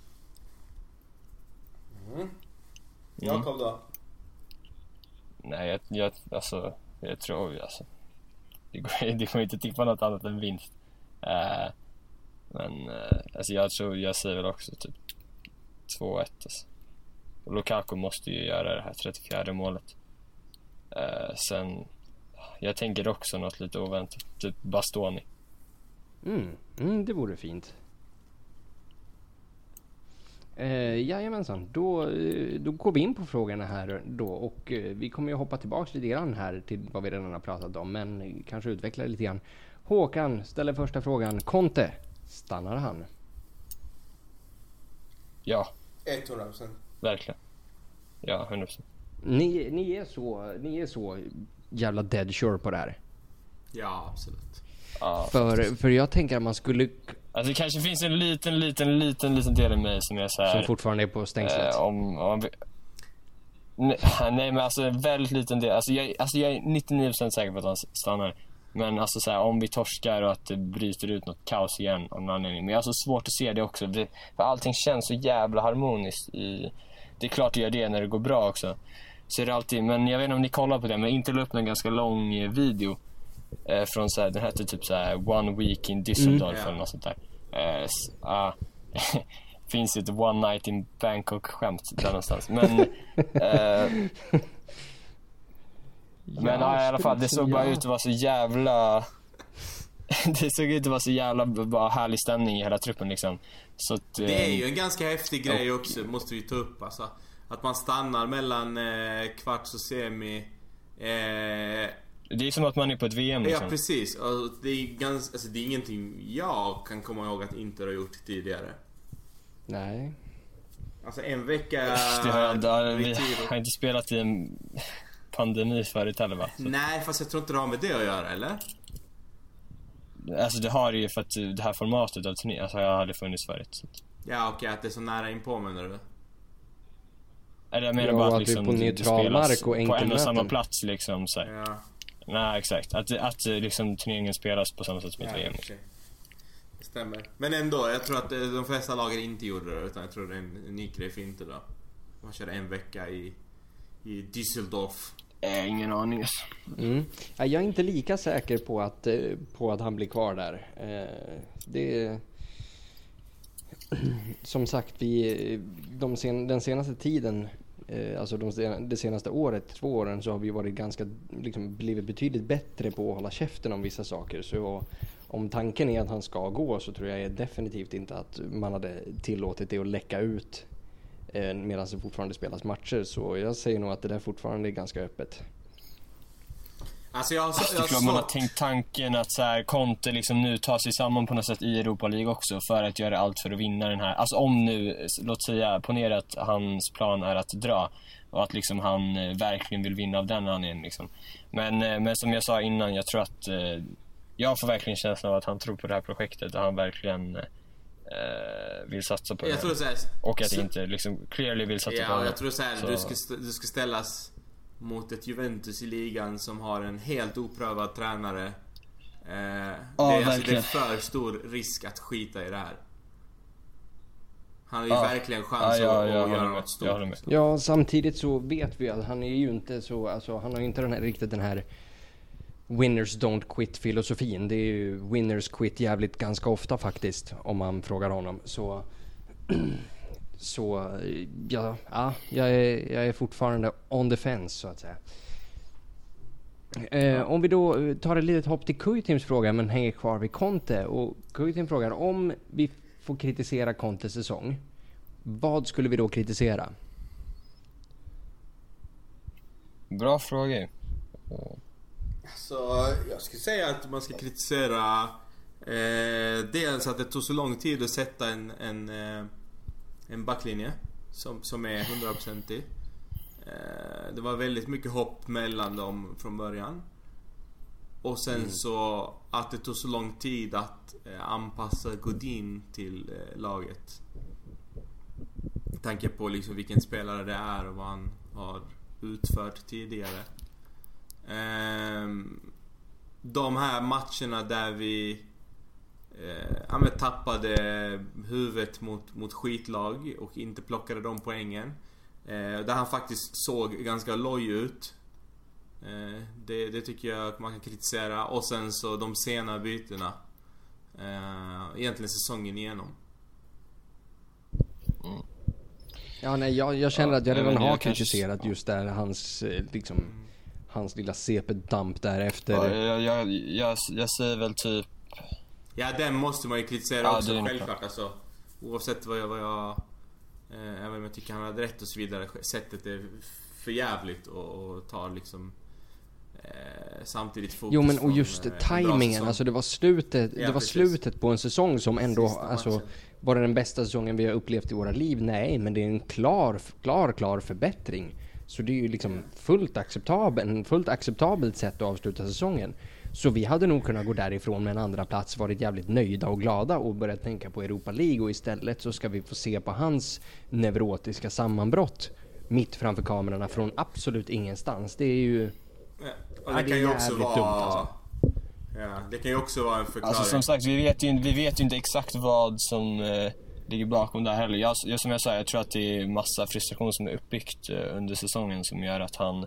Jakob då? Nej, jag, jag, alltså, jag tror ju alltså. Det går, det går inte att tippa något annat än vinst. Eh, men eh, alltså jag tror, jag säger väl också typ två ett alltså. Och Lukaku måste ju göra det här trettiofjärde målet. Eh, sen, jag tänker också något lite oväntat. Typ Bastoni. Mm, mm, det vore fint. Eh, jajamensan, då, eh, då går vi in på frågorna här då och eh, vi kommer ju hoppa tillbaka lite grann här till vad vi redan har pratat om, men eh, kanske utveckla lite grann. Håkan ställer första frågan. Conte, stannar han? Ja, hundra procent. verkligen. Ja, hundra procent. Ni, ni, är så, ni är så jävla dead sure på det här. Ja, absolut. Ja, För, för jag tänker att man skulle, alltså det kanske finns en liten, liten, liten, liten del i mig som är så här. som fortfarande är på stängslet. Eh, om, om vi... nej, nej, men alltså en väldigt liten del. Alltså jag, alltså jag är nittionio procent säker på att han stannar. Men alltså så här, om vi torskar och att det bryter ut något kaos igen av någon anledning. Men jag har så svårt att se det också. Det, för allting känns så jävla harmoniskt i... Det är klart det gör det när det går bra också. Så är det alltid... Men jag vet inte om ni kollar på det, men inte la upp en ganska lång eh, video. Eh, från så här, den hette typ så här One Week in Düsseldorf Mm. eller något sånt där. Eh, s- ah, finns ju ett One Night in Bangkok-skämt där någonstans. Men, eh, men ja, i alla fall, det såg bara ut att vara så jävla... det såg ut att vara så jävla bara härlig stämning i hela truppen liksom. Så att, eh, Det är ju en ganska häftig grej också, måste vi ta upp alltså. Att man stannar mellan eh, kvarts och semi. Eh, det är som att man är på ett V M liksom. Ja, precis. Och det är ganska, alltså det är ingenting jag kan komma ihåg att inte har gjort tidigare. Nej. Alltså en vecka... Det har jag, det, vi retiro. har inte spelat i en pandemi förut heller va? Så, Nej, fast jag tror inte det har med det att göra, eller? alltså det har ju för att det här formatet av turné, alltså jag har aldrig funnits förut. Så. Ja, okej, att det är så nära in på, menar du? Eller jag menar Ja, bara att att liksom, det är på det neutral spelas mark och på en och enkelmöten. samma plats liksom så här. Ja, Nej, exakt. Att, att liksom turneringen spelas på samma sätt som ett ja V M. okej. Det stämmer. Men ändå, jag tror att eh, de flesta lager inte gjorde det, utan jag tror det är en unik grej för inte då. Man körde en vecka i, i Düsseldorf. Eh, ingen aning. Mm. Ja, jag är inte lika säker på att, eh, på att han blir kvar där. Eh, det, som sagt, vi, de sen, den senaste tiden, eh, alltså de, det senaste året, två åren, så har vi varit ganska, liksom, blivit betydligt bättre på att hålla käften om vissa saker. Så om tanken är att han ska gå, så tror jag definitivt inte att man hade tillåtit det att läcka ut eh, medan det fortfarande spelas matcher. Så jag säger nog att det där fortfarande är ganska öppet. Alltså jag, Alltså, jag, jag tror man har tänkt tanken att så här, Conte liksom nu tar sig samman på något sätt i Europa League också för att göra allt för att vinna den här. Alltså om nu, låt säga, ponera att hans plan är att dra och att liksom han eh, verkligen vill vinna av den anledningen liksom. Men, eh, men som jag sa innan, jag tror att eh, jag får verkligen känslan av att han tror på det här projektet och han verkligen eh, vill satsa på jag det tror så här, och att så, inte liksom clearly vill satsa ja, på det. Ja, jag tror så här, så. Du, ska, du ska ställas mot ett Juventus i ligan som har en helt oprövad tränare. Eh, ja, det, är, alltså, det är verkligen. för stor risk att skita i det här. Han har ju Ja. verkligen chans Ja, ja, att, jag att håller göra med. något stort. Jag håller med. Ja, samtidigt så vet vi att han är ju inte så, alltså han har ju inte den här, riktigt den här winners don't quit filosofin. Det är ju winners quit jävligt ganska ofta faktiskt, om man frågar honom. Så så ja, ja jag är jag är fortfarande on the fence så att säga. Eh, om vi då tar ett litet hopp till Kujtims fråga men hänger kvar vid Conte, och Kujtim frågar om vi får kritisera Contes säsong, vad skulle vi då kritisera? Bra fråga. Så jag skulle säga att man ska kritisera eh, dels att det tog så lång tid att sätta en en, eh, en backlinje som, som är hundraprocentig. Eh, det var väldigt mycket hopp mellan dem från början. Och sen mm. så att det tog så lång tid att eh, anpassa Godin till eh, laget. Med tanke på liksom vilken spelare det är och vad han har utfört tidigare. Um, de här matcherna där vi uh, ja, men tappade huvudet mot, mot skitlag och inte plockade de poängen, uh, där han faktiskt såg ganska loj ut, uh, det, det tycker jag man kan kritisera. Och sen så de sena bytena, uh, egentligen säsongen igenom. Mm. Ja, nej, jag, jag känner Ja, att jag redan jag har kanske- kritiserat just där hans eh, liksom hans lilla C P-damp därefter. Ja, jag, jag, jag, jag säger väl typ... Ja, den måste man ju kritisera Ja, också, det är nog självklart klart. alltså, oavsett vad jag, vad jag eh, även om jag tycker han hade rätt och så vidare, sättet är för jävligt och, och tar liksom eh, samtidigt fokus. Jo men och från, just eh, en bra timingen, säsong. alltså det var slutet, Ja, det var precis. slutet på en säsong som ändå, Sista alltså matchen. var det den bästa säsongen vi har upplevt i våra liv? Nej, men det är en klar, klar, klar förbättring. Så det är ju liksom fullt acceptabel, en fullt acceptabelt sätt att avsluta säsongen. Så vi hade nog kunnat gå därifrån med en andra plats, varit jävligt nöjda och glada och börja tänka på Europa League, och istället så ska vi få se på hans neurotiska sammanbrott mitt framför kamerorna från absolut ingenstans. Det är ju... Ja, och Ja, det det kan är ju också jävligt vara dumt, alltså. Ja, det kan ju också vara en förklaring. Alltså som sagt, vi vet ju, vi vet ju inte exakt vad som eh, ligger bakom det här heller. Jag, jag, som jag sa, jag tror att det är massa frustration som är uppbyggt eh, under säsongen som gör att han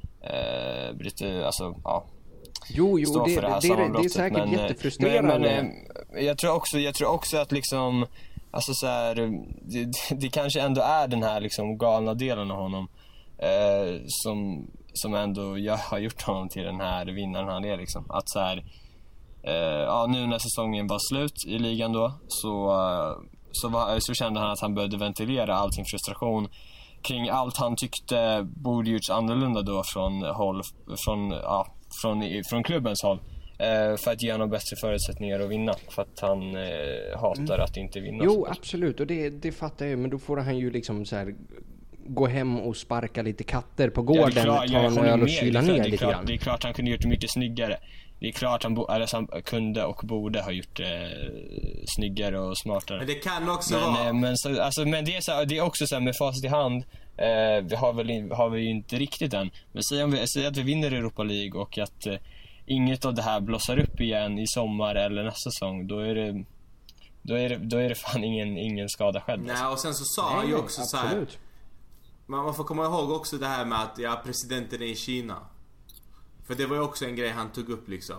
eh, blir lite, alltså, ja, Jo, jo, står det, för det här det, det, det är sammanbrottet. säkert Men, eh, jättefrustrerande. Men, men eh, jag tror också, jag tror också att liksom, alltså så här, det, det kanske ändå är den här liksom galna delen av honom eh, som, som ändå jag har gjort honom till den här vinnaren han är liksom. Att så här, eh, ja, nu när säsongen var slut i ligan då, så, eh, så, var, så kände han att han behövde ventilera all sin frustration kring allt han tyckte borde gjorts annorlunda då från håll, från, ja, från, från klubbens håll, eh, för att ge honom bättre förutsättningar att vinna, för att han eh, hatar att inte vinna. Jo, absolut, och det, det fattar jag, men då får han ju liksom så här gå hem och sparka lite katter på gården, Ja, klart, ta en öl och kyla det är klart, ner det är lite klart, grann. Det är klart han kunde gjort det mycket snyggare. Det är klart han, bo, eller han kunde och borde ha gjort det eh, snyggare och smartare. Men det kan också Men, vara eh, men, så, alltså, men det, är så, det är också så här, med facit i hand, eh, vi har väl in, har vi ju inte riktigt än. Men säg, om vi, säg att vi vinner Europa League och att eh, inget av det här blossar upp igen i sommar eller nästa säsong, då är det då är det, då är det fan ingen, ingen skada skedd. Nej, och sen så sa han ju också så här, man, man får komma ihåg också det här med att ja, presidenten är i Kina. För det var ju också en grej han tog upp liksom. Och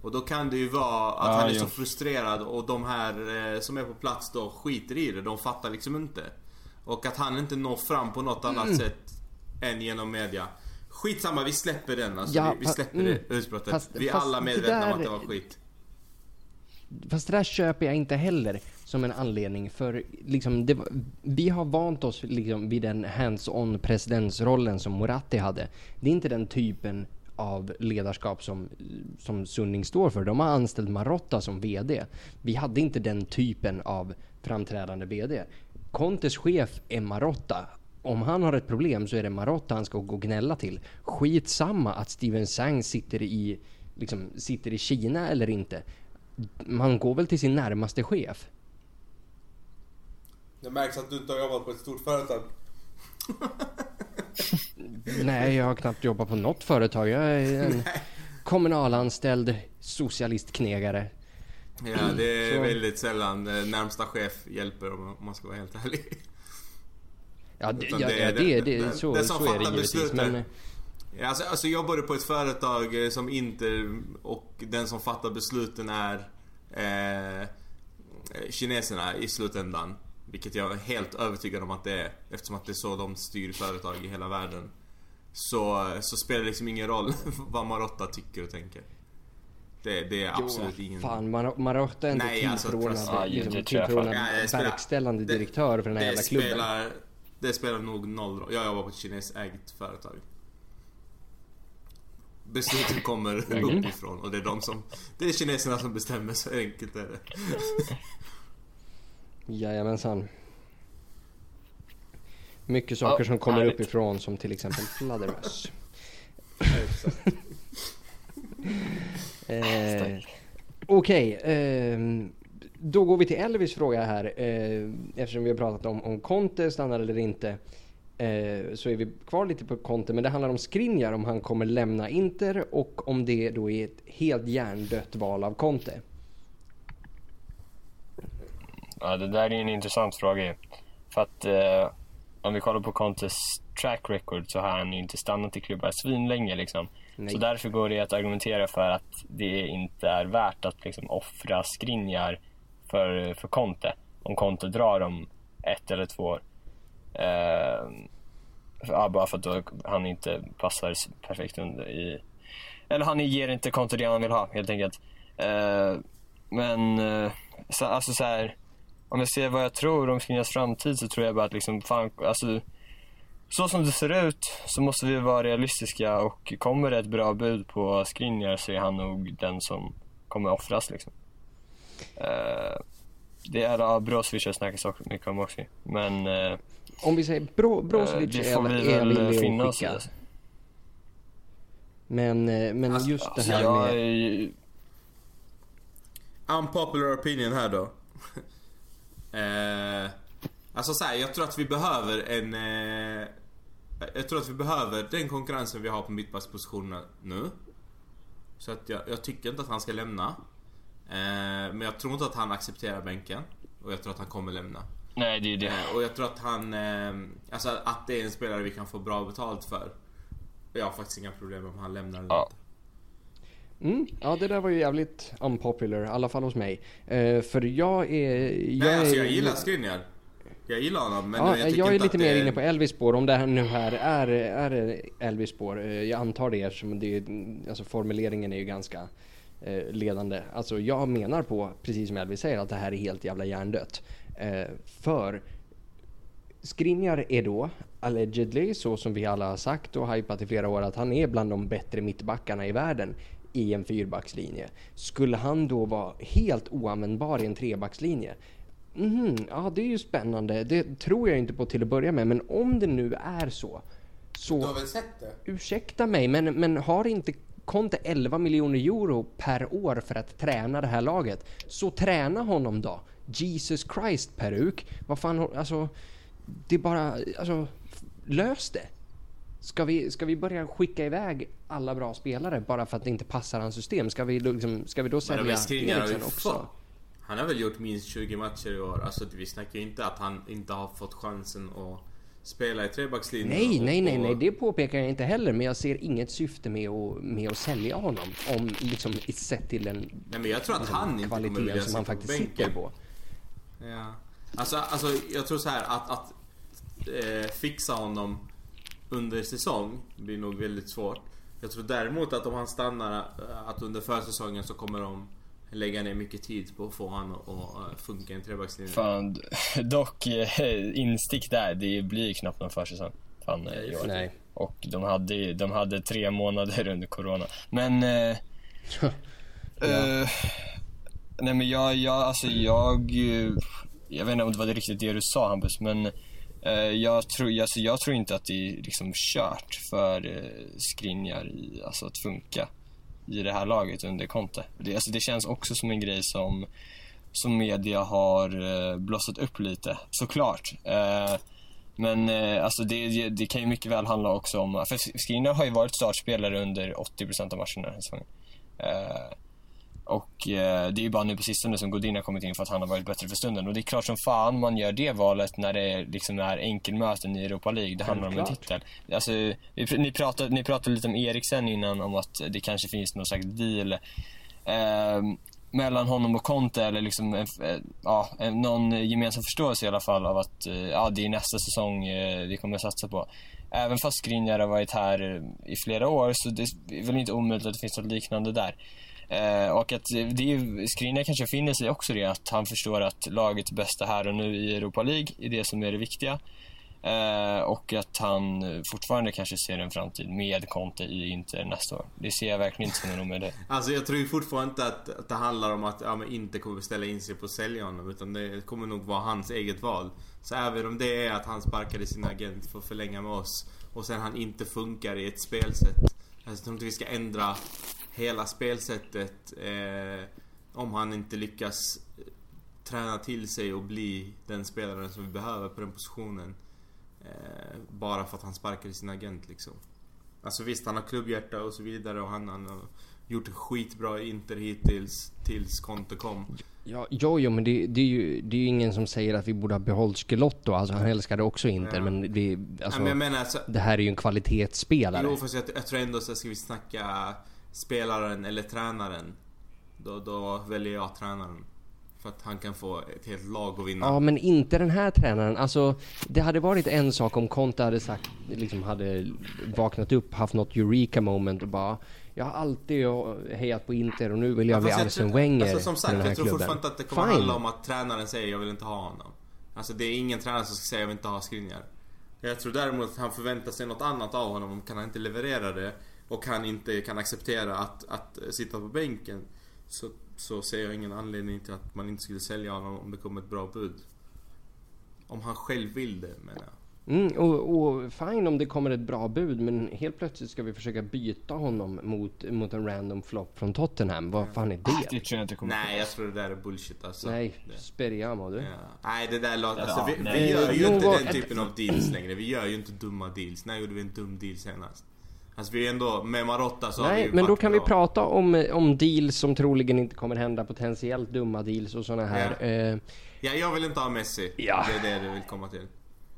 Och då kan det ju vara att ja, han är ja. så frustrerad och de här eh, som är på plats då skiter i det. De fattar liksom inte. Och att han inte når fram på något annat mm. sätt än genom media. Skitsamma, vi släpper den alltså. Ja, vi, vi släpper mm. det utbrottet. Fast, vi är fast alla medvetna där, om att det var skit. Fast det där köper jag inte heller som en anledning. För liksom, det var, vi har vant oss liksom, vid den hands-on presidentsrollen som Moratti hade. Det är inte den typen av ledarskap som, som Sunning står för. De har anställt Marotta som vd. Vi hade inte den typen av framträdande vd. Contes chef är Marotta. Om han har ett problem så är det Marotta han ska gå och gnälla till. Skitsamma att Steven Sang sitter i, liksom, sitter i Kina eller inte. Man går väl till sin närmaste chef. Det märks att du inte har jobbat på ett stort företag. Nej, jag har knappt jobbat på något företag. Jag är en kommunalanställd socialistknegare. Ja, det är så väldigt sällan närmsta chef hjälper om man ska vara helt ärlig. Ja, det, ja, det, det, det, det, så, det så är det givetvis. Men... Alltså, alltså jag jobbade på ett företag som inte, och den som fattar besluten är eh, kineserna i slutändan. Vilket jag är helt övertygad om att det är. Eftersom att det är så de styr företag i hela världen. Så, så spelar det liksom ingen roll vad Marotta tycker och tänker. Det, det är absolut jo, ingen... Fan, Mar- Marotta är inte tillförordnad alltså, liksom, tillförordnad ja, verkställande det, direktör för den här jävla klubben. Spelar, det spelar nog noll roll. Jag jobbar på ett kinesägt företag. Besluten kommer uppifrån och det är de som, det är kineserna som bestämmer, så enkelt är det. Jajamensan. Mycket saker ja, som kommer härligt. uppifrån, som till exempel fladdermöss. eh, Okej, okay, eh, då går vi till Elvis fråga här. Eh, eftersom vi har pratat om om Conte stannar eller inte, eh, så är vi kvar lite på Conte. Men det handlar om Skriniar, om han kommer lämna Inter och om det då är ett helt hjärndött val av Conte. Ja, det där är en intressant fråga. För att eh, om vi kollar på Contes track record så har han inte stannat i klubbar svin länge liksom. Nej. Så därför går det att argumentera för att det inte är värt att liksom offra Skriniar för, för Conte. Om Conte drar om ett eller två år. Eh, ja, bara för att då han inte passar perfekt under i... Eller han ger inte Conte det han vill ha, helt enkelt. Eh, men eh, så, alltså så här... Om jag ser vad jag tror om Skriniars framtid så tror jag bara att liksom, fan, alltså, så som det ser ut så måste vi vara realistiska, och kommer det ett bra bud på Skriniar så är han nog den som kommer offras liksom. Uh, det är ja, Brozovic jag snackar så mycket om också, men uh, om vi säger Bro, Brozovic uh, är vi är villig finna att skicka. Alltså. Men, men alltså, just det här alltså, med jag... Unpopular opinion här då. Eh, alltså så här, jag tror att vi behöver en eh, jag tror att vi behöver den konkurrensen vi har på mittbackspositionerna nu. Så att jag, jag tycker inte att han ska lämna, eh, men jag tror inte att han accepterar bänken, och jag tror att han kommer lämna. Nej, det är det. Eh, och jag tror att han eh, alltså att det är en spelare vi kan få bra betalt för. Jag har faktiskt inga problem om han lämnar eller ja. inte. Mm, ja, det där var ju jävligt unpopular, i alla fall hos mig. Uh, för jag är... Jag, Nej, alltså jag är, gillar Skriniar. Jag gillar honom, men ja, jag, jag är inte lite mer det... inne på Elvis spår. Om det här nu här är, är Elvis spår. Uh, jag antar det, eftersom det är, alltså formuleringen är ju ganska uh, ledande. Alltså jag menar på, precis som Elvis säger, att det här är helt jävla hjärndött. Uh, för Skriniar är då allegedly, så som vi alla har sagt och hypat i flera år, att han är bland de bättre mittbackarna i världen i en fyrbackslinje. Skulle han då vara helt oanvändbar i en trebackslinje? Mm, ja, det är ju spännande. Det tror jag inte på till att börja med. Men om det nu är så, så... Du har väl sett det? Ursäkta mig, men, men har inte Conte elva miljoner euro per år för att träna det här laget? Så träna honom då. Jesus Christ, peruk. Vad fan, alltså... Det är bara... Alltså, lös det. Ska vi, ska vi börja skicka iväg alla bra spelare bara för att det inte passar hans system? Ska vi, liksom, ska vi då sälja Eriksen också? Han har väl gjort minst tjugo matcher i år. Alltså vi snackar ju inte att han inte har fått chansen att spela i trebackslinjen. Nej, och, nej, nej, och... nej, det påpekar jag inte heller. Men jag ser inget syfte med att, med att sälja honom. Om liksom sett till en nej, men jag tror att liksom, han inte kommer vilja som han faktiskt på sitter på. Ja. Alltså, alltså jag tror så här att, att eh, fixa honom under säsong blir nog väldigt svårt. Jag tror däremot att om han stannar, att under försäsongen så kommer de lägga ner mycket tid på att få han att funka i en trebackslinje. Fan, dock instick där, det blir knappt någon försäsong. Fan, i år. Nej. Och de hade, de hade tre månader under corona. Men eh, ja. eh, nej men jag, jag, alltså jag jag vet inte om det var det riktigt det du sa, Hampus, men eh, jag, tror, alltså, jag tror inte att det är liksom kört för eh, Skriniar i, alltså att funka i det här laget under Conte. Det, alltså, det känns också som en grej som, som media har eh, blossat upp lite, såklart. Eh, men eh, alltså det, det kan ju mycket väl handla också om, för Skriniar har ju varit startspelare under åttio procent av matcherna den här säsongen. Eh, och eh, det är ju bara nu på sistone som Godin har kommit in för att han har varit bättre för stunden. Och det är klart som fan man gör det valet när det är, liksom är enkelmöten i Europa League. Det handlar om en titel. Alltså, vi, ni, pratade, ni pratade lite om Eriksen innan, om att det kanske finns någon slags deal eh, mellan honom och Conte, eller liksom eh, ja, någon gemensam förståelse i alla fall av att eh, ja, det är nästa säsong eh, vi kommer att satsa på. Även fast Skriniar har varit här i flera år, så det är väl inte omöjligt att det finns något liknande där. Eh, och att det är, Skriniar kanske finner sig också det, att han förstår att laget är bästa här och nu i Europa League är det som är det viktiga. Eh, och att han fortfarande kanske ser en framtid med Conte i Inter nästa år. Det ser jag verkligen inte som någon med det. Alltså jag tror ju fortfarande inte att, att det handlar om att ja, men inte kommer ställa in sig på att sälja honom, utan det kommer nog vara hans eget val. Så även om det är att han sparkade sin agent för att förlänga med oss och sen han inte funkar i ett spelsätt. Alltså jag tror inte vi ska ändra hela spelsättet eh, om han inte lyckas träna till sig och bli den spelaren som vi behöver på den positionen, eh, bara för att han sparkar i sin agent liksom. Alltså visst, han har klubbhjärta och så vidare, och han, han har gjort skitbra i Inter hittills tills Conte kom. Ja, jo, jo men det, det, är ju, det är ju ingen som säger att vi borde ha behållit Schelotto. Alltså han älskade också Inter, ja. Men, det, alltså, ja, men menar, alltså, det här är ju en kvalitetsspelare. Jo, fast jag, jag tror ändå så ska vi snacka spelaren eller tränaren, då, då väljer jag tränaren. För att han kan få ett helt lag att vinna. Ja, men inte den här tränaren. Alltså, det hade varit en sak om Conte hade sagt, liksom hade vaknat upp, haft något eureka moment och bara, jag har alltid hejat på Inter och nu vill jag ja, bli Arsene Wenger. Alltså som sagt, jag tror klubben. fortfarande att det kommer handla om att tränaren säger jag vill inte ha honom. Alltså det är ingen tränare som ska säga jag vill inte ha Skriniar. Jag tror däremot att han förväntar sig något annat av honom. Kan han inte leverera det och han inte kan acceptera att, att sitta på bänken, så, så ser jag ingen anledning till att man inte skulle sälja honom om det kommer ett bra bud. Om han själv vill det, menar jag. Mm, och, och fine om det kommer ett bra bud, men helt plötsligt ska vi försöka byta honom mot, mot en random flop från Tottenham. Vad fan är det? Det tror jag inte kommer. Nej, jag tror det där är bullshit alltså. Nej, speriamo du. Ja. Nej, det där låter, alltså, ja, vi, nej. vi gör ju Jo, inte vad- den typen av deals längre. Vi gör ju inte dumma deals. När gjorde vi en dum deal senast? Alltså vi är ändå, med Marotta så har vi Nej, ju men då varit kan vi bra. prata om, om deals som troligen inte kommer hända, potentiellt dumma deals och såna här. Ja. Eh, Ja, jag vill inte ha Messi. Ja. Det är det du vill komma till.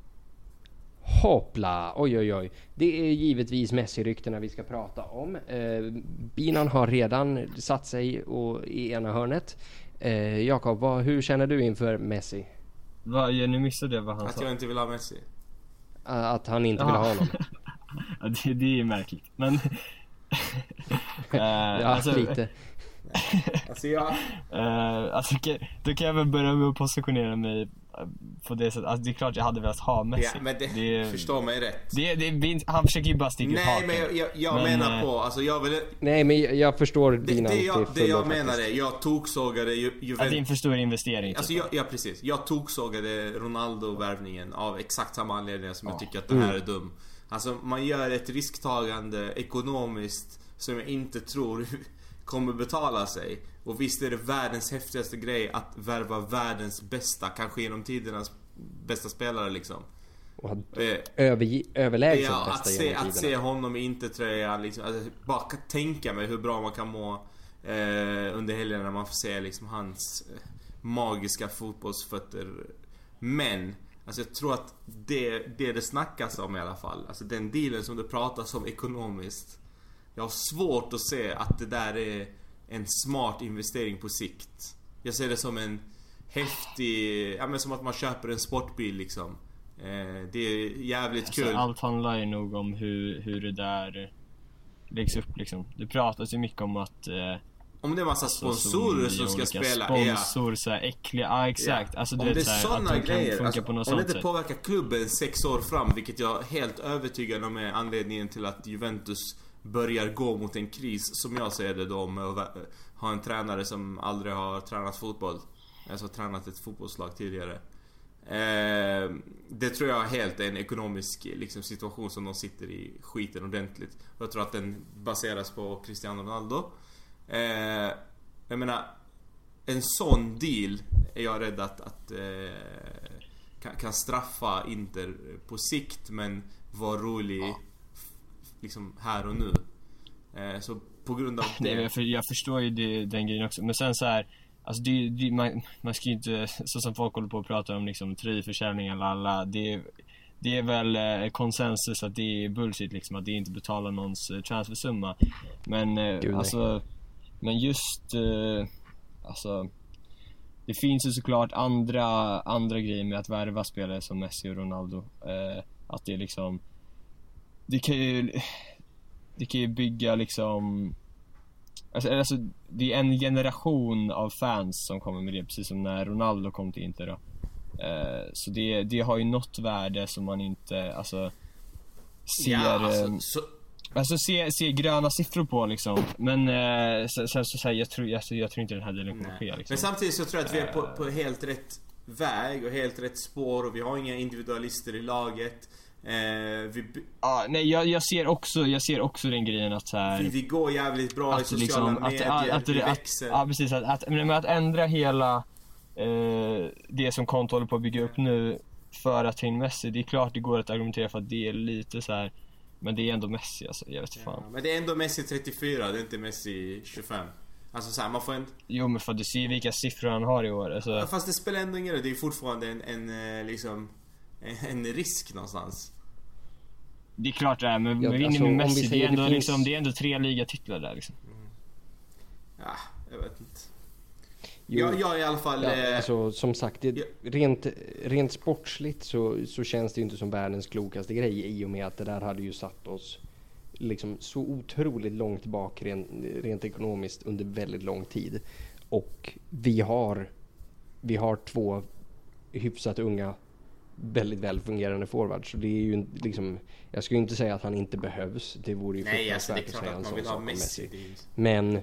Hoppla, oj oj oj. Det är givetvis Messi-ryktena vi ska prata om. Eh, Binan har redan satt sig och, i ena hörnet. Eh, Jakob, vad, hur känner du inför Messi? Vad, nu missade jag vad han Att sa. jag inte vill ha Messi. Uh, att han inte vill Ja. ha honom. Ja, det, det är märkligt. Men eh, Ja, alltså, lite. Alltså jag... eh, alltså, okej, då kan jag väl börja med att positionera mig eh, på det sättet. Alltså, det är klart jag hade velat ha Messi. Ja, men det, det, förstå mig rätt. det, det, det, han försöker ju bara sticka ut Nej, hakan. men jag, jag, jag Men, menar eh, på, alltså jag vill... Nej, men jag, jag förstår Det, Binan det till jag, det fullo jag menar faktiskt. är, jag toksågade Ju- Att det är Juventus. en för stor investering. Alltså typ. jag, ja precis, jag toksågade Ronaldo-värvningen av exakt samma anledning som jag Ja. tycker att det här är dum. Alltså man gör ett risktagande ekonomiskt som jag inte tror kommer betala sig. Och visst är det världens häftigaste grej att värva världens bästa, kanske genom tidernas bästa spelare liksom. Och att Eh, över, överlägset Ja, bästa att se, genom att se tiderna. honom i Inter-tröjan liksom, alltså, bara kan tänka mig hur bra man kan må eh, under helgen när man får se liksom hans eh, magiska fotbollsfötter. Men Alltså jag tror att det, det det snackas om i alla fall, alltså den dealen som det pratas om ekonomiskt, jag har svårt att se att det där är en smart investering på sikt. Jag ser det som en häftig, ja men som att man köper en sportbil liksom. eh, Det är jävligt alltså, kul. allt handlar ju nog om hur, hur det där läggs upp liksom. Det pratas ju mycket om att eh, om det är massa sponsorer som ska spela, sponsor, så här äckliga, ja exakt, ja. alltså, du om vet, det är så här, såna att de grejer, kan funka alltså, på något om det inte sätt. påverkar klubben sex år fram, vilket jag är helt övertygad om är anledningen till att Juventus börjar gå mot en kris, som jag ser det då, med att ha en tränare som aldrig har tränat fotboll, alltså tränat ett fotbollslag tidigare. eh, Det tror jag helt är en ekonomisk liksom, situation som de sitter i skiten ordentligt. Och jag tror att den baseras på Cristiano Ronaldo. eh, Jag menar, en sån deal är jag rädd att, att eh, kan, kan straffa Inter på sikt, men vara rolig ja. liksom här och nu. Eh, så på grund av det... Nej, jag, för, jag förstår ju det, den grejen också. Men sen så här, alltså det, det, man, man ska ju inte, så som folk håller på att prata om liksom tröjförsäljningar eller alla, det, det är väl eh, konsensus att det är bullshit liksom, att det inte betalar någons eh, transfersumma. Men eh, Gud, alltså, men just eh, alltså, det finns ju såklart andra andra grejer med att värva spelare som Messi och Ronaldo. Eh, att det är liksom, det kan ju det kan ju bygga liksom, alltså, alltså det är en generation av fans som kommer med det, precis som när Ronaldo kom till Inter då. Eh, så det, det har ju något värde som man inte alltså ser, ja, alltså, eh, så... alltså ser, ser gröna siffror på liksom. Men eh, sen så, så, så, jag, tror, alltså, jag tror inte den här delen kommer ske liksom. Men samtidigt så tror jag att vi är på, på helt rätt väg och helt rätt spår, och vi har inga individualister i laget. Eh, vi, ah, nej, jag, jag ser också jag ser också den grejen att så här, vi, vi går jävligt bra att i sociala liksom, medier, att, att, vi att, växer. Ja, precis, att, att, men att ändra hela eh, det som Conte håller på att bygga upp nu för att ta in Messi, det är klart det går att argumentera för att det är lite så här, men det är ändå Messi alltså, jag vet fan. Ja, men det är ändå Messi trettiofyra, det är inte Messi tjugofem. Alltså så här, man får en... Jo, men för du ser vilka siffror han har i år alltså. Ja, fast det spelar ändå ingen roll, det är fortfarande en, en liksom en, en risk någonstans. Det är klart det är, men ja, vi vinner alltså, med Messi, det är, ändå, det, finns... liksom, det är ändå tre ligatitlar där liksom. Mm. Ja, jag vet inte. Jo, jag, jag i alla fall... ja, eh... alltså, som sagt, det, ja. rent, rent sportsligt så, så känns det ju inte som världens klokaste grej, i och med att det där hade ju satt oss liksom så otroligt långt bak rent, rent ekonomiskt under väldigt lång tid. Och vi har vi har två hyfsat unga, väldigt väl fungerande forwards. Så det är ju liksom, jag skulle inte säga att han inte behövs. Det vore ju Nej, alltså, det är att klart säga att en man sån vill ha sak om Messi. Messi. Men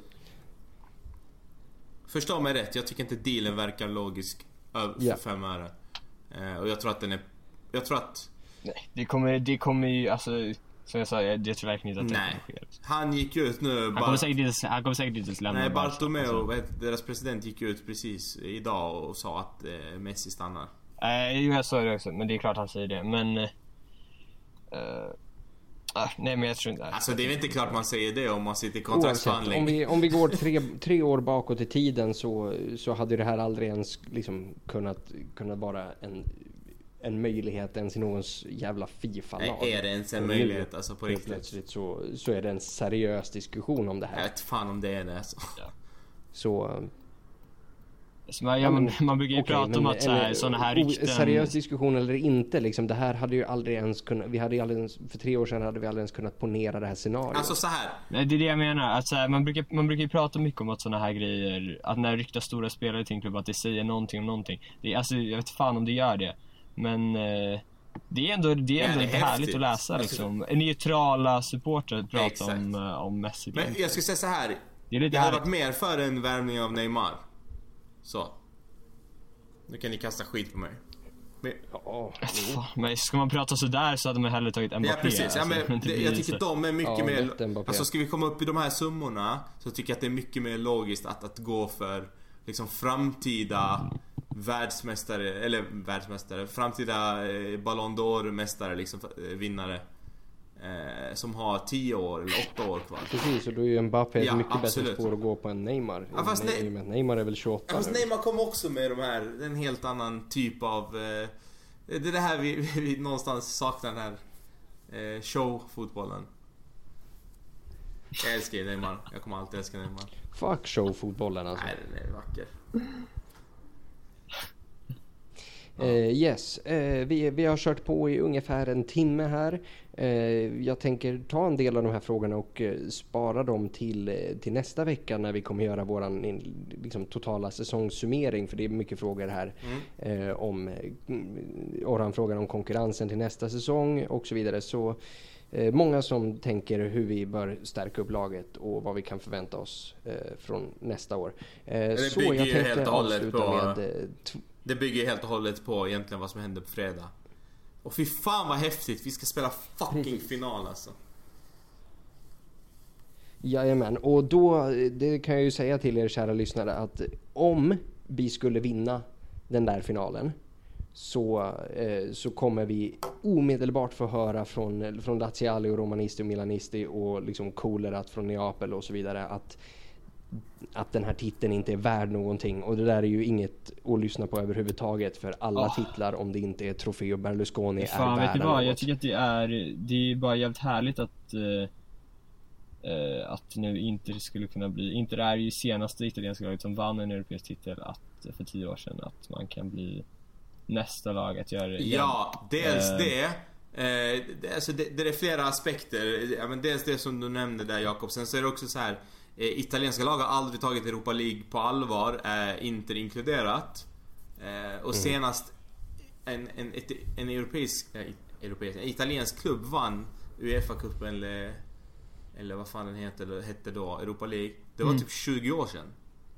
förstå mig rätt, jag tycker inte dealen verkar logisk för ja. fem öre. Eh, och jag tror att den är... Jag tror att... Nej, det kommer, det kommer ju, alltså, som jag sa, jag tror verkligen inte att Nej. det kommer ske. Han gick ut nu... Han bara... kommer säkert inte, han kommer säkert inte lämna. Nej, Barca, Bartomeu, alltså. deras president, gick ut precis idag och sa att eh, Messi stannar. Nej, uh, jag sa det också, men det är klart han säger det. Men... Uh, uh, nej, men jag tror inte... Alltså, det är väl inte klart man säger det om man sitter i oavsett, kontraktsförhandling. om vi, om vi går tre, tre år bakåt i tiden så, så hade det här aldrig ens liksom kunnat, kunnat vara en, en möjlighet ens i någons jävla FIFA-lag. Nej, är det ens en Och möjlighet nu, alltså på helt riktigt? plötsligt så, så är det en seriös diskussion om det Jag här. vet fan om det är det alltså. Ja. Så... Så man, ja, man, man brukar ju Okej, prata men, om att så här, eller, såna här o- rykten... seriös diskussion eller inte liksom, det här hade ju aldrig ens kunnat, vi hade ju aldrig ens, för tre år sedan hade vi aldrig ens kunnat ponera det här scenariot. Alltså så här. Nej, det är det jag menar. Att så här, man, brukar, man brukar ju prata mycket om att såna här grejer, att när det ryktas stora spelare till en klubb, att det säger någonting om någonting. Det är, alltså, jag vet fan om det gör det. Men eh, det är ändå, det är ändå Ja, det är härligt häftigt. att läsa Alltså, liksom. Neutrala supportrar prata Exakt. om, eh, om Messi. Men jag ska säga så här. Det är lite Jag hade härligt. varit mer för en värvning av Neymar. Så. Nu kan ni kasta skit på mig. Men, Ja, Fan, men ska man prata så där så hade man hellre tagit Mbappé. ja precis, ja, alltså. men, Det det, blir jag så. tycker de är mycket Ja, mer... vet Mbappé. Alltså ska vi komma upp i de här summorna, så tycker jag att det är mycket mer logiskt att, att gå för liksom framtida världsmästare, eller världsmästare, framtida eh, Ballon d'Or-mästare, liksom eh, vinnare. Eh, som har tio år eller åtta år kvar. precis, och då är ju Mbappé Ja, ett mycket absolut. bättre spår att gå på än Neymar. Ja, fast Ne- Ne- Neymar är väl tjugoåtta Ja, fast nu. Neymar kommer också med de här, en helt annan typ av eh, Det är det här vi, vi någonstans saknar, den här eh, showfotbollen. Jag älskar Neymar. Jag kommer alltid älska Neymar. Fuck showfotbollen alltså. Nej, den är vacker. Uh, yes, uh, vi, vi har kört på i ungefär en timme här. Uh, jag tänker ta en del av de här frågorna och uh, spara dem till, uh, till nästa vecka när vi kommer göra våran in, liksom, totala säsongssummering, för det är mycket frågor här mm. uh, om uh, Orhan frågar om konkurrensen till nästa säsong och så vidare. Så uh, många som tänker hur vi bör stärka upp laget och vad vi kan förvänta oss uh, från nästa år. Uh, så jag tänkte avsluta på... med uh, t- Det bygger helt och hållet på egentligen vad som händer på fredag. Och fy fan vad häftigt. Vi ska spela fucking final alltså. Jajamän. Och då, det kan jag ju säga till er kära lyssnare, att om vi skulle vinna den där finalen så, eh, så kommer vi omedelbart få höra från, från Laziali och Romanisti och Milanisti och liksom Kolerat från Neapel och så vidare att att den här titeln inte är värd någonting, och det där är ju inget att lyssna på överhuvudtaget, för alla oh. titlar, om det inte är Trofeo Berlusconi, fan, är vet värda vad? något. Jag tycker att det är det är bara jävligt härligt att uh, uh, att nu Inter skulle kunna bli, Inter är ju senaste italienska laget som vann en europeisk titel att, för tio år sedan, att man kan bli nästa lag att göra det igen. Ja, dels uh, det uh, det, alltså det, det är flera aspekter. Ja, men dels det som du nämnde där, Jakob. Sen så är det också så här, Eh, italienska lag har aldrig tagit Europa League på allvar, eh, inte inkluderat. Eh, och mm. senast en, en, ett, en europeisk, eh, europeisk, en italiensk klubb vann UEFA-cupen eller, eller vad fan den heter, eller hette då, Europa League. Det var mm. typ tjugo år sedan.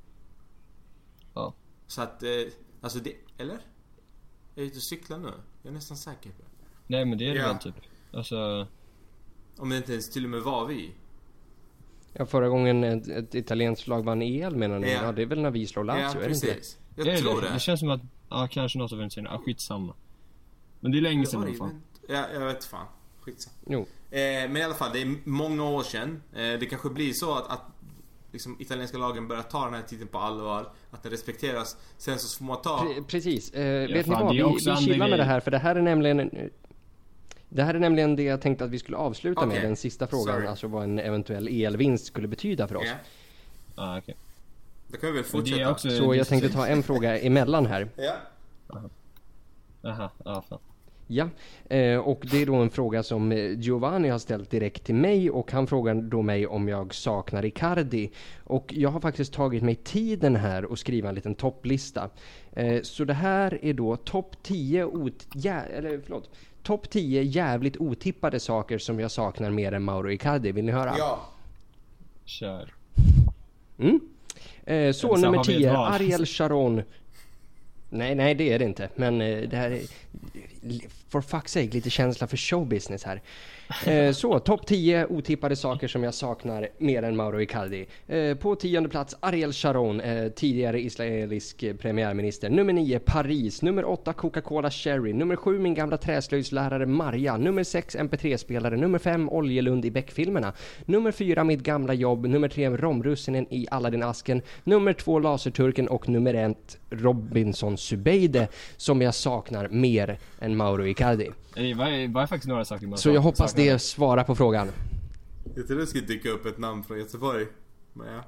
Ja. Så att, eh, alltså det, eller? Jag är ute och cyklar nu, jag är nästan säker på det. Nej, men det är det ja. väl typ. Alltså... Om det inte ens till och med var vi. Ja, förra gången ett, ett italienskt lag vann E L menar ni? Ja. ja, det är väl när vi slår Lazio, ja, är det inte? Jag det tror det. det. Det känns som att, ja, kanske något av en senare. Ja, skitsamma. Men det är länge sedan i alla fall. Ja, jag vet fan. Skitsamma. Jo. Eh, men i alla fall, det är många år sedan. Eh, det kanske blir så att, att liksom, italienska lagen börjar ta den här titeln på allvar, att den respekteras. Sen så får man ta... Pre- precis. Eh, ja, vet fan, ni vad? Vi, vi chillar med det här, för det här är nämligen... Det här är nämligen det jag tänkte att vi skulle avsluta okay. med, den sista frågan. Sorry. Alltså vad en eventuell E L-vinst skulle betyda för oss. Yeah. Ah, okay. Då kan vi väl fortsätta. Också, så jag tänkte ta en fråga emellan här. Ja. Aha. Aha, ah, fan. Ja, eh, och det är då en fråga som Giovanni har ställt direkt till mig, och han frågar då mig om jag saknar Icardi. Och jag har faktiskt tagit mig tiden här och skriva en liten topplista. Eh, så det här är då topp tio ot- ja, eller förlåt. Topp tio jävligt otippade saker som jag saknar mer än Mauro Icardi. Vill ni höra? Ja. Kör. Mm. Eh, så nummer tio, Ariel Sharon. Nej, nej det är det inte. Men eh, det här är, for fuck's sake, lite känsla för showbusiness här. Eh, så, topp tio otippade saker som jag saknar mer än Mauro Icardi. Eh, på tionde plats, Ariel Sharon, eh, tidigare israelisk premiärminister. Nummer nio, Paris. Nummer åtta, Coca-Cola Cherry. Nummer sju, min gamla träslöjdslärare Maria. Nummer sex, M P tre-spelare. Nummer fem, Oljelund i Beck-filmerna. Nummer fyra, mitt gamla jobb. Nummer tre, Romrussinen i Aladdin-asken. Nummer två, Laserturken. Och nummer ett, Robinson Subeide, som jag saknar mer än Mauro Icardi. Det var, var faktiskt några saker man så jag hoppas det svarar på frågan. Jag tror det skulle dyka upp ett namn från Göteborg. Men ja.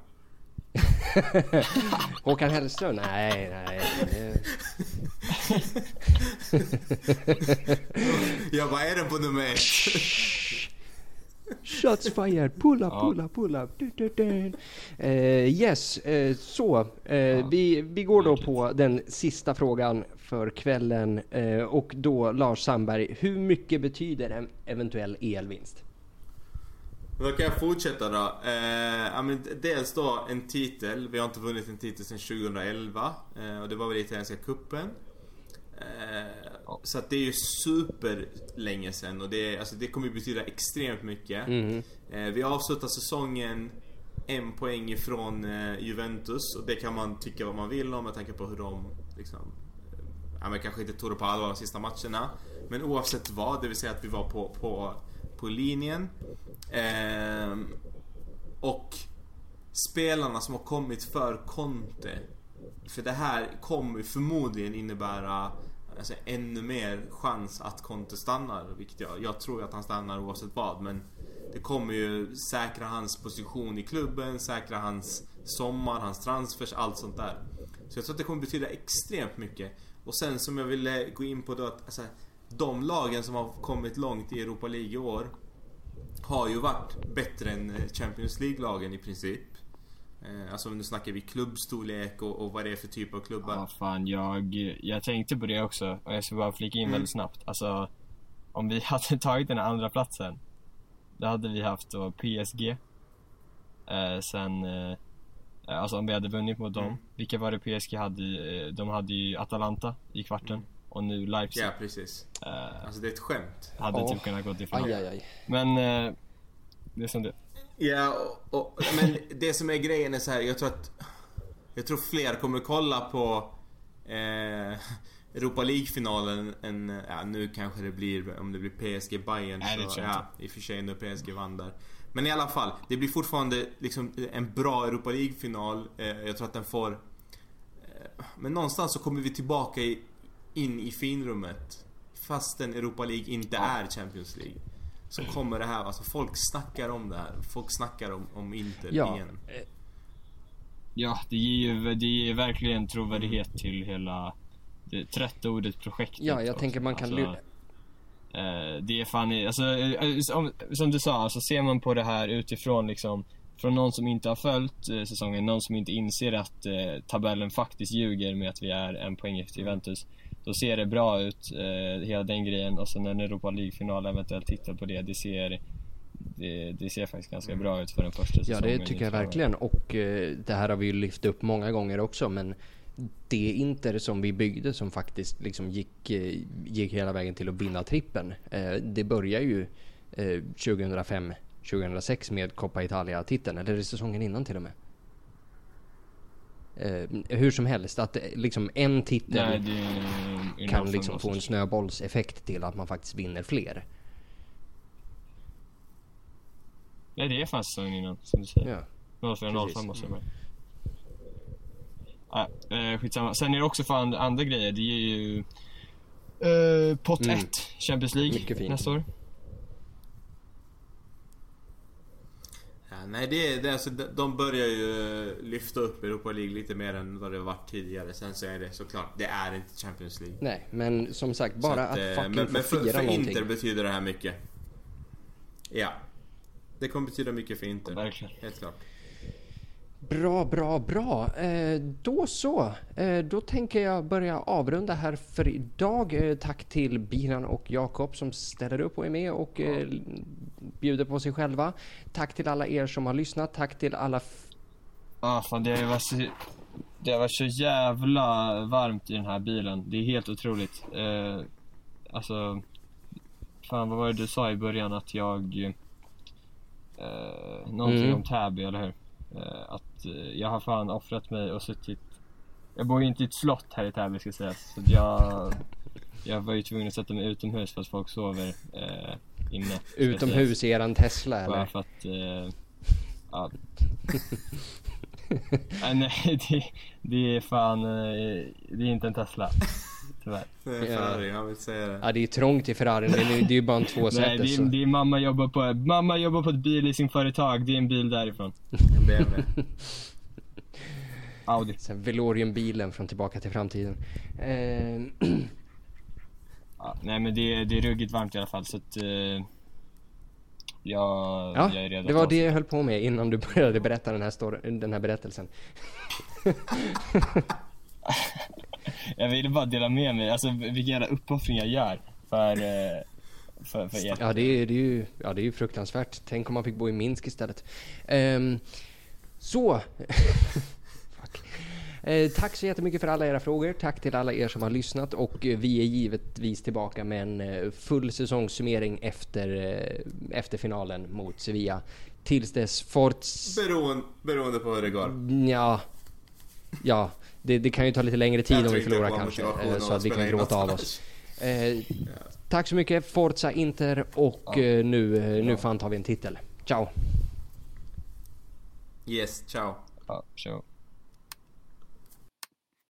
Håkan Hellström? Nej, nej. Jag bara, är den på nummer ett? Shots fired, pull up, pull up, pull up. Du, du, du. Uh, yes, uh, så uh, ja. vi, vi går då på den sista frågan för kvällen, uh, och då Lars Sandberg, hur mycket betyder en eventuell E L-vinst? Då kan jag fortsätta då. Uh, men dels då en titel, vi har inte vunnit en titel sedan tjugoelva, uh, och det var väl italienska kuppen. Uh, så att det är ju super länge sedan, och det, alltså, det kommer ju betyda extremt mycket. Mm. uh, Vi avslutar säsongen en poäng ifrån uh, Juventus, och det kan man tycka vad man vill om med tanke på hur de liksom, uh, ja, men kanske inte tog det på allvar de sista matcherna. Men oavsett vad, det vill säga att vi var på, på, på linjen. uh, Och spelarna som har kommit för Conte, för det här kommer förmodligen innebära alltså, ännu mer chans att Conte stannar, vilket jag, jag tror att han stannar oavsett vad, men det kommer ju säkra hans position i klubben, säkra hans sommar, hans transfers, allt sånt där. Så jag tror att det kommer betyda extremt mycket. Och sen som jag ville gå in på då, att alltså, de lagen som har kommit långt i Europa League i år har ju varit bättre än Champions League-lagen i princip. Alltså nu snackar vi klubbstorlek och, och vad det är för typ av klubbar. Ja, fan, jag, jag tänkte på det också. Och jag ska bara flika in mm. väldigt snabbt. Alltså, om vi hade tagit den andra platsen, då hade vi haft då P S G. eh, Sen eh, alltså om vi hade vunnit mot dem, mm. vilka var det P S G hade? De hade ju Atalanta i kvarten. Mm. Och nu Leipzig. Ja, precis. uh, Alltså det är ett skämt. Hade oh. typ kunnat gå till final. Aj, aj, aj. Men uh, det är som det. Ja, och, och, men det som är grejen är så här, jag tror att jag tror fler kommer kolla på eh, Europa League-finalen än, ja, nu kanske det blir, om det blir P S G Bayern. Nej, så, ja, i och för sig nu P S G vann där. Men i alla fall, det blir fortfarande liksom en bra Europa League-final. eh, Jag tror att den får eh, men någonstans så kommer vi tillbaka i, in i finrummet. Fastän Europa League inte ja. är Champions League, så kommer det här, alltså folk snackar om det här. Folk snackar om, om Inter ja. igen. Ja, det ger ju det ger verkligen trovärdighet mm. till hela det trettonde projektet. Ja, jag också. tänker man kan alltså, eh, det är fan, alltså, som, som du sa, alltså, ser man på det här utifrån liksom, från någon som inte har följt eh, säsongen, någon som inte inser att eh, tabellen faktiskt ljuger med att vi är en poäng efter Juventus, då ser det bra ut, eh, hela den grejen. Och sen när en Europa League-final eventuellt tittar på det, det ser det, det ser faktiskt ganska bra ut för den första säsongen. Ja, det tycker jag verkligen. Och eh, det här har vi ju lyft upp många gånger också, men det är Inter som vi byggde som faktiskt liksom gick, eh, gick hela vägen till att vinna trippen. Eh, det börjar ju eh, tjugohundrafem tjugohundrasex med Coppa Italia-titeln, eller är det säsongen innan till och med? Eh, hur som helst, att liksom en titel Nej, det kan liksom få en snöbollseffekt till att man faktiskt vinner fler. Nej, det är fan säsongen innan, som du säger. Ja. noll fyra noll fem måste jag bara. Ja, eh, skitsamma. Sen är det också fan andra grejer. Det är ju eh, pot mm. ett Champions League nästa år. Ja, nej, det är, det är alltså, de börjar ju lyfta upp Europa League lite mer än vad det varit tidigare. Sen så är det såklart, det är inte Champions League. Nej, men som sagt, bara att, att fucking men, men för, fira för någonting. Inter betyder det här mycket. Ja, det kommer betyda mycket för Inter. Verkligen. Helt klart. Bra, bra, bra. Eh, då så. Eh, då tänker jag börja avrunda här för idag. Eh, tack till Biran och Jakob som ställer upp och är med och eh, bjuder på sig själva. Tack till alla er som har lyssnat. Tack till alla... F- ah, fan, det har varit så, det har varit så jävla varmt i den här bilen. Det är helt otroligt. Eh, alltså, fan, vad var det du sa i början? Att jag... Eh, någonting mm. om Täby, eller hur? Uh, att uh, jag har fan offrat mig och suttit. Jag bor ju inte i ett slott här i Täby, ska sägas. Så jag Jag var ju tvungen att sätta mig utomhus för att folk sover uh, inne. Utomhus i eran Tesla, eller? Bara för att uh, ja. uh, Nej, det, det är fan uh, det är inte en Tesla. Tyvärr. Det är Ferrari, jag vill säga det. Ja, det är trångt i Ferrari, men det är, det är ju bara en tvåsäte. Nej, det är, så. det är mamma jobbar på mamma jobbar på ett billeasingföretag. Det är en bil därifrån. En B M W. Audi. Sen Velorian-bilen från Tillbaka till framtiden. Eh. Ja, nej, men det, det är ruggigt varmt i alla fall, så att eh, jag, ja, jag är redo. Det var det jag höll på med innan du började berätta den här, story, den här berättelsen. Jag ville bara dela med mig, alltså vilka jävla uppoffringar jag gör för, för, för er. Ja, det är, det är ju, ja, det är ju fruktansvärt. Tänk om man fick bo i Minsk istället. Um, så... Fuck. Eh, tack så jättemycket för alla era frågor. Tack till alla er som har lyssnat. Och eh, vi är givetvis tillbaka med en eh, full säsongssummering efter, eh, efter finalen mot Sevilla. Tills dess Forts... Beroende, beroende på hur det går. Ja, ja. Det, det kan ju ta lite längre tid om vi förlorar kanske, eh, så att vi kan gråta av oss. Eh, ja. Tack så mycket, Forza Inter, och ja. eh, nu, eh, nu fan tar vi en titel. Ciao. Yes, ciao. Ja, ciao.